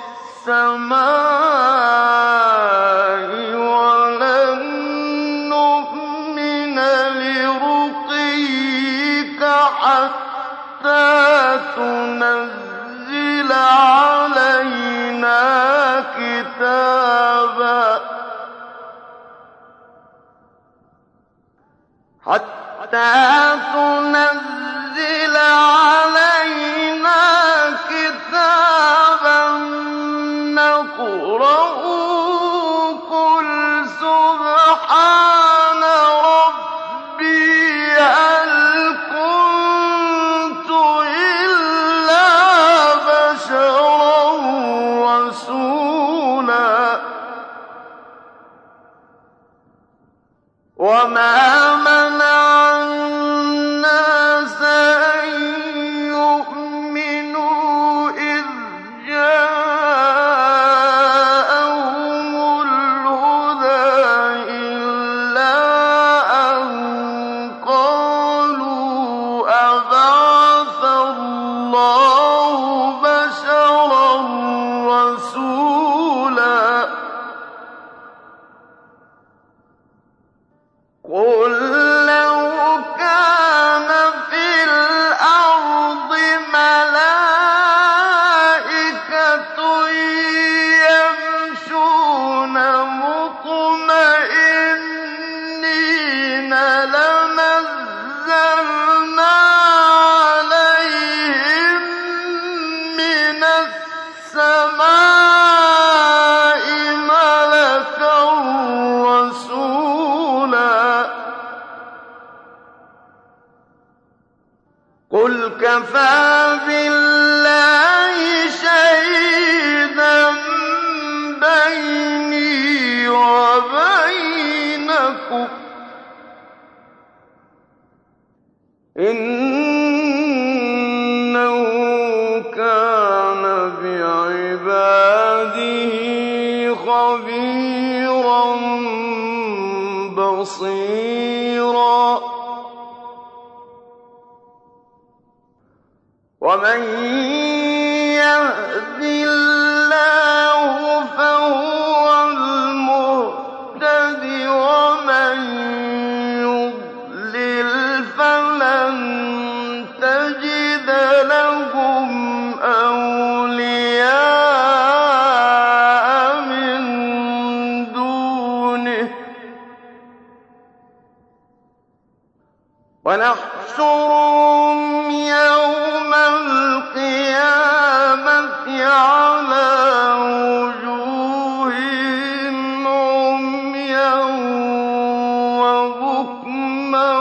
السَّمَاءِ وَلَن نُّؤْمِنَ لِرُقِيِّكَ حَتَّىٰ تُنَزِّلَ عَلَيْنَا كِتَابًا حَتَّىٰ تُنَزِّلَ عَلَيْنَا كِتَابًا نَّقْرَؤُهُ قُلْ سُبْحَانَ رَبِّي هَلْ كُنتُ إِلَّا بَشَرًا رَّسُولًا وَمَا مَنَعَ النَّاسَ أَن يُؤْمِنُوا إِذْ جَاءَهُمُ ومن يهد الله فهو المهتد ومن يضلل فلن تجد لهم أولياء من دونه ونحشرهم يوم القيامة على وجوههم عميا وبكما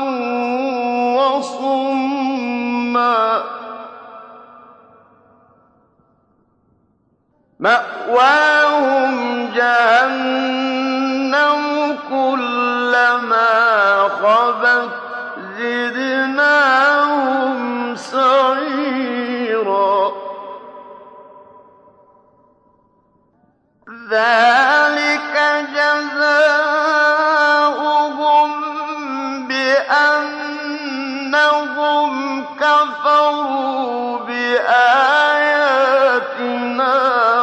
وصما مأواهم جهنم كلما خبت زدناهم سعيرا ذلك جزاؤهم بأنهم كفروا بآياتنا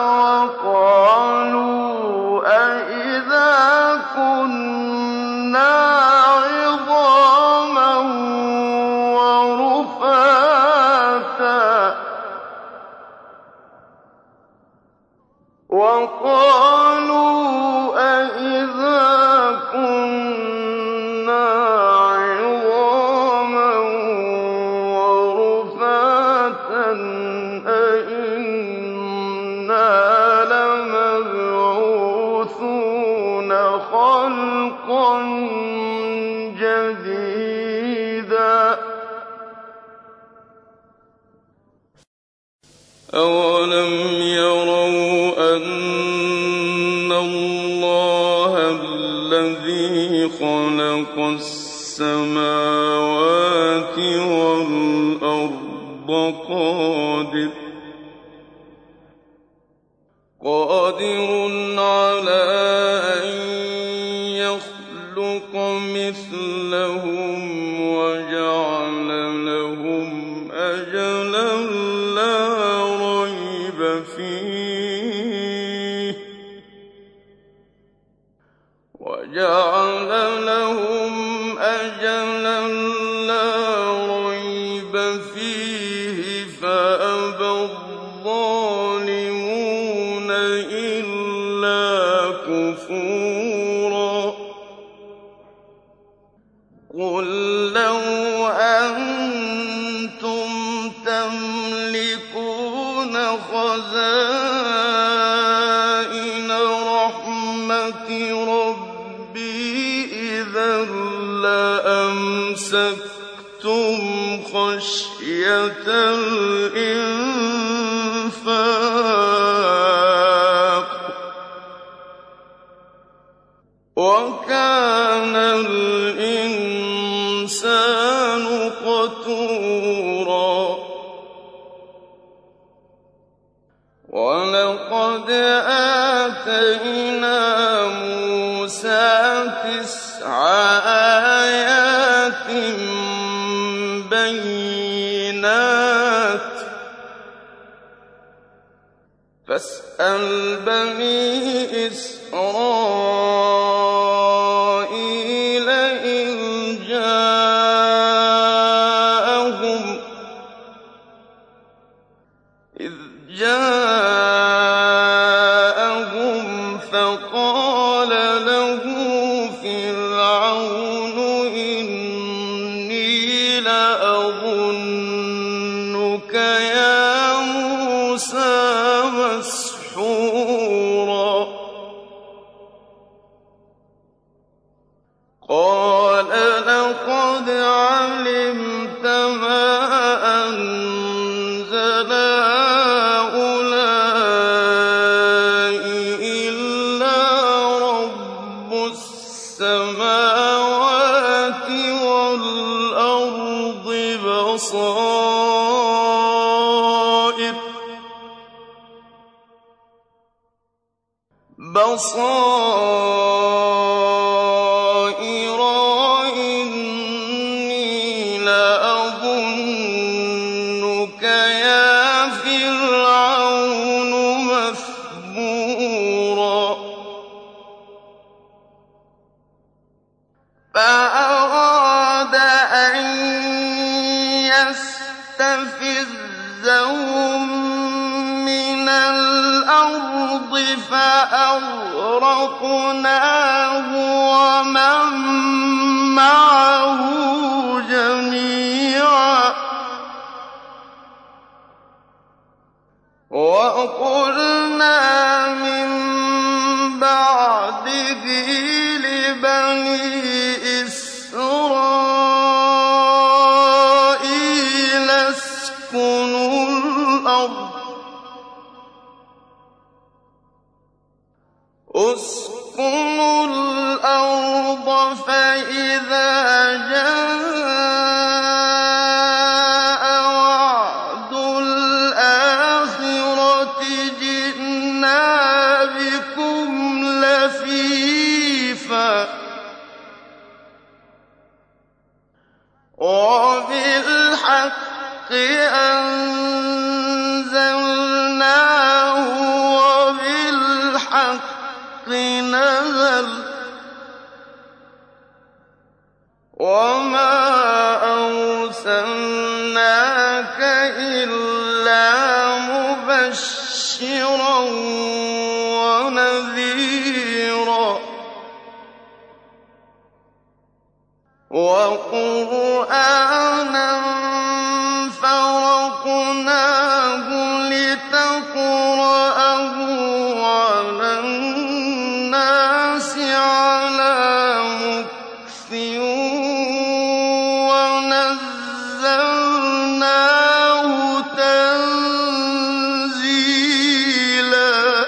وقالوا أإذا كنا عظاما ورفاتا وقالوا أإذا كنا عظاما ورفاتا أإنا لمبعوثون خلقا جديدا أولم يروا أن الله الذي خلق السماوات والأرض قادر قادر على أن يخلق مثلهم وجعل لهم أجلا لا ريب فيه وجعل لهم أجلا لا ريب فيه فأبى الظالمون إلا كفورا قل لو أنتم تملكون خزائن رحمة ربي إذا لأمسكتم خشية الإنفاق وكان الإنسان قتورا ولقد آتينا موسى تسع آيات بينات فاسأل بني إسرائيل إذ جاءهم إذ جاءهم فقال له فرعون إني لأظنك يا موسى مسحورا قال لقد علمت ما أنزل هؤلاء إلا رب السماوات والأرض بصائر بصائر وإني لأظنك يا فأغرقناه ومن معه جميعا وقلنا من بعده لبني إسرائيل اسكنوا الأرض اسكنوا الأرض فإذا جاء وعد الآخرة جئنا بكم لفيفا وبالحق أنزلناه وبالحق نزل وما أرسلناك إلا مبشرا ونذيرا وقرآنا فرقناه لتقرأه على الناس على مكث ونزلناه تنزيلا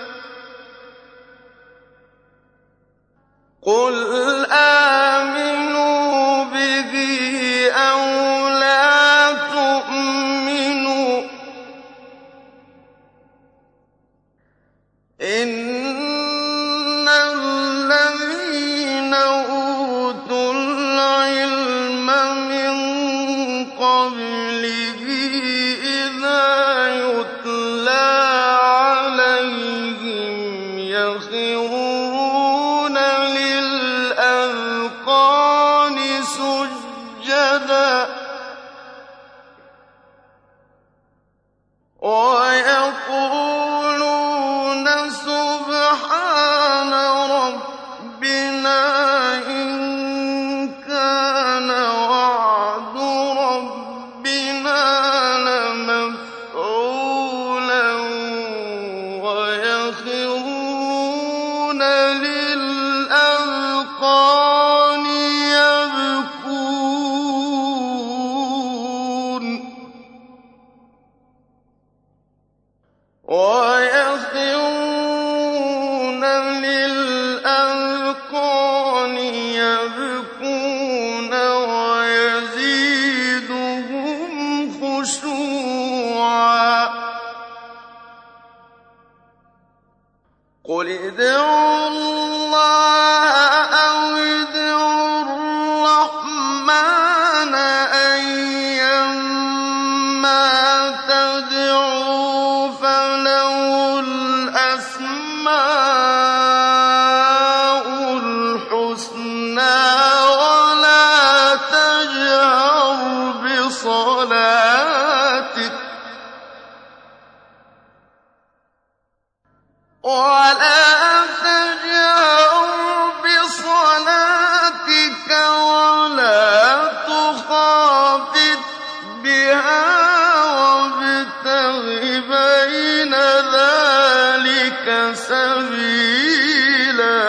قل آمنوا به أو لا تؤمنوا إن الذين أوتوا العلم من قبله إذا يتلى عليهم يخرون للأذقان سجدا ويقولون سبحان ربنا إن كان وعد ربنا لمفعولا ويخرون للأذقان يبكون ويخرون للأذقان يبكون ويزيدهم خشوعا قل ادعوا الله أو ادعوا الرحمن أيما تدعوا فله الأسماء الحسنى ولا تجهر بصلاتك ولا تجهر بصلاتك ولا تخافت بها وابتغ بين ذلك سبيلا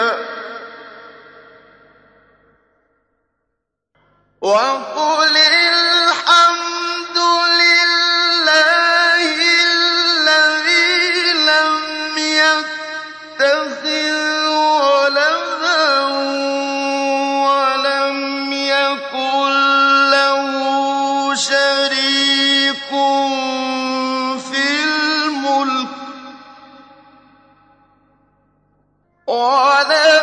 وقل الحمد لله الذي لم يتخذ ولدا ولم يكن له شريك في الملك ولم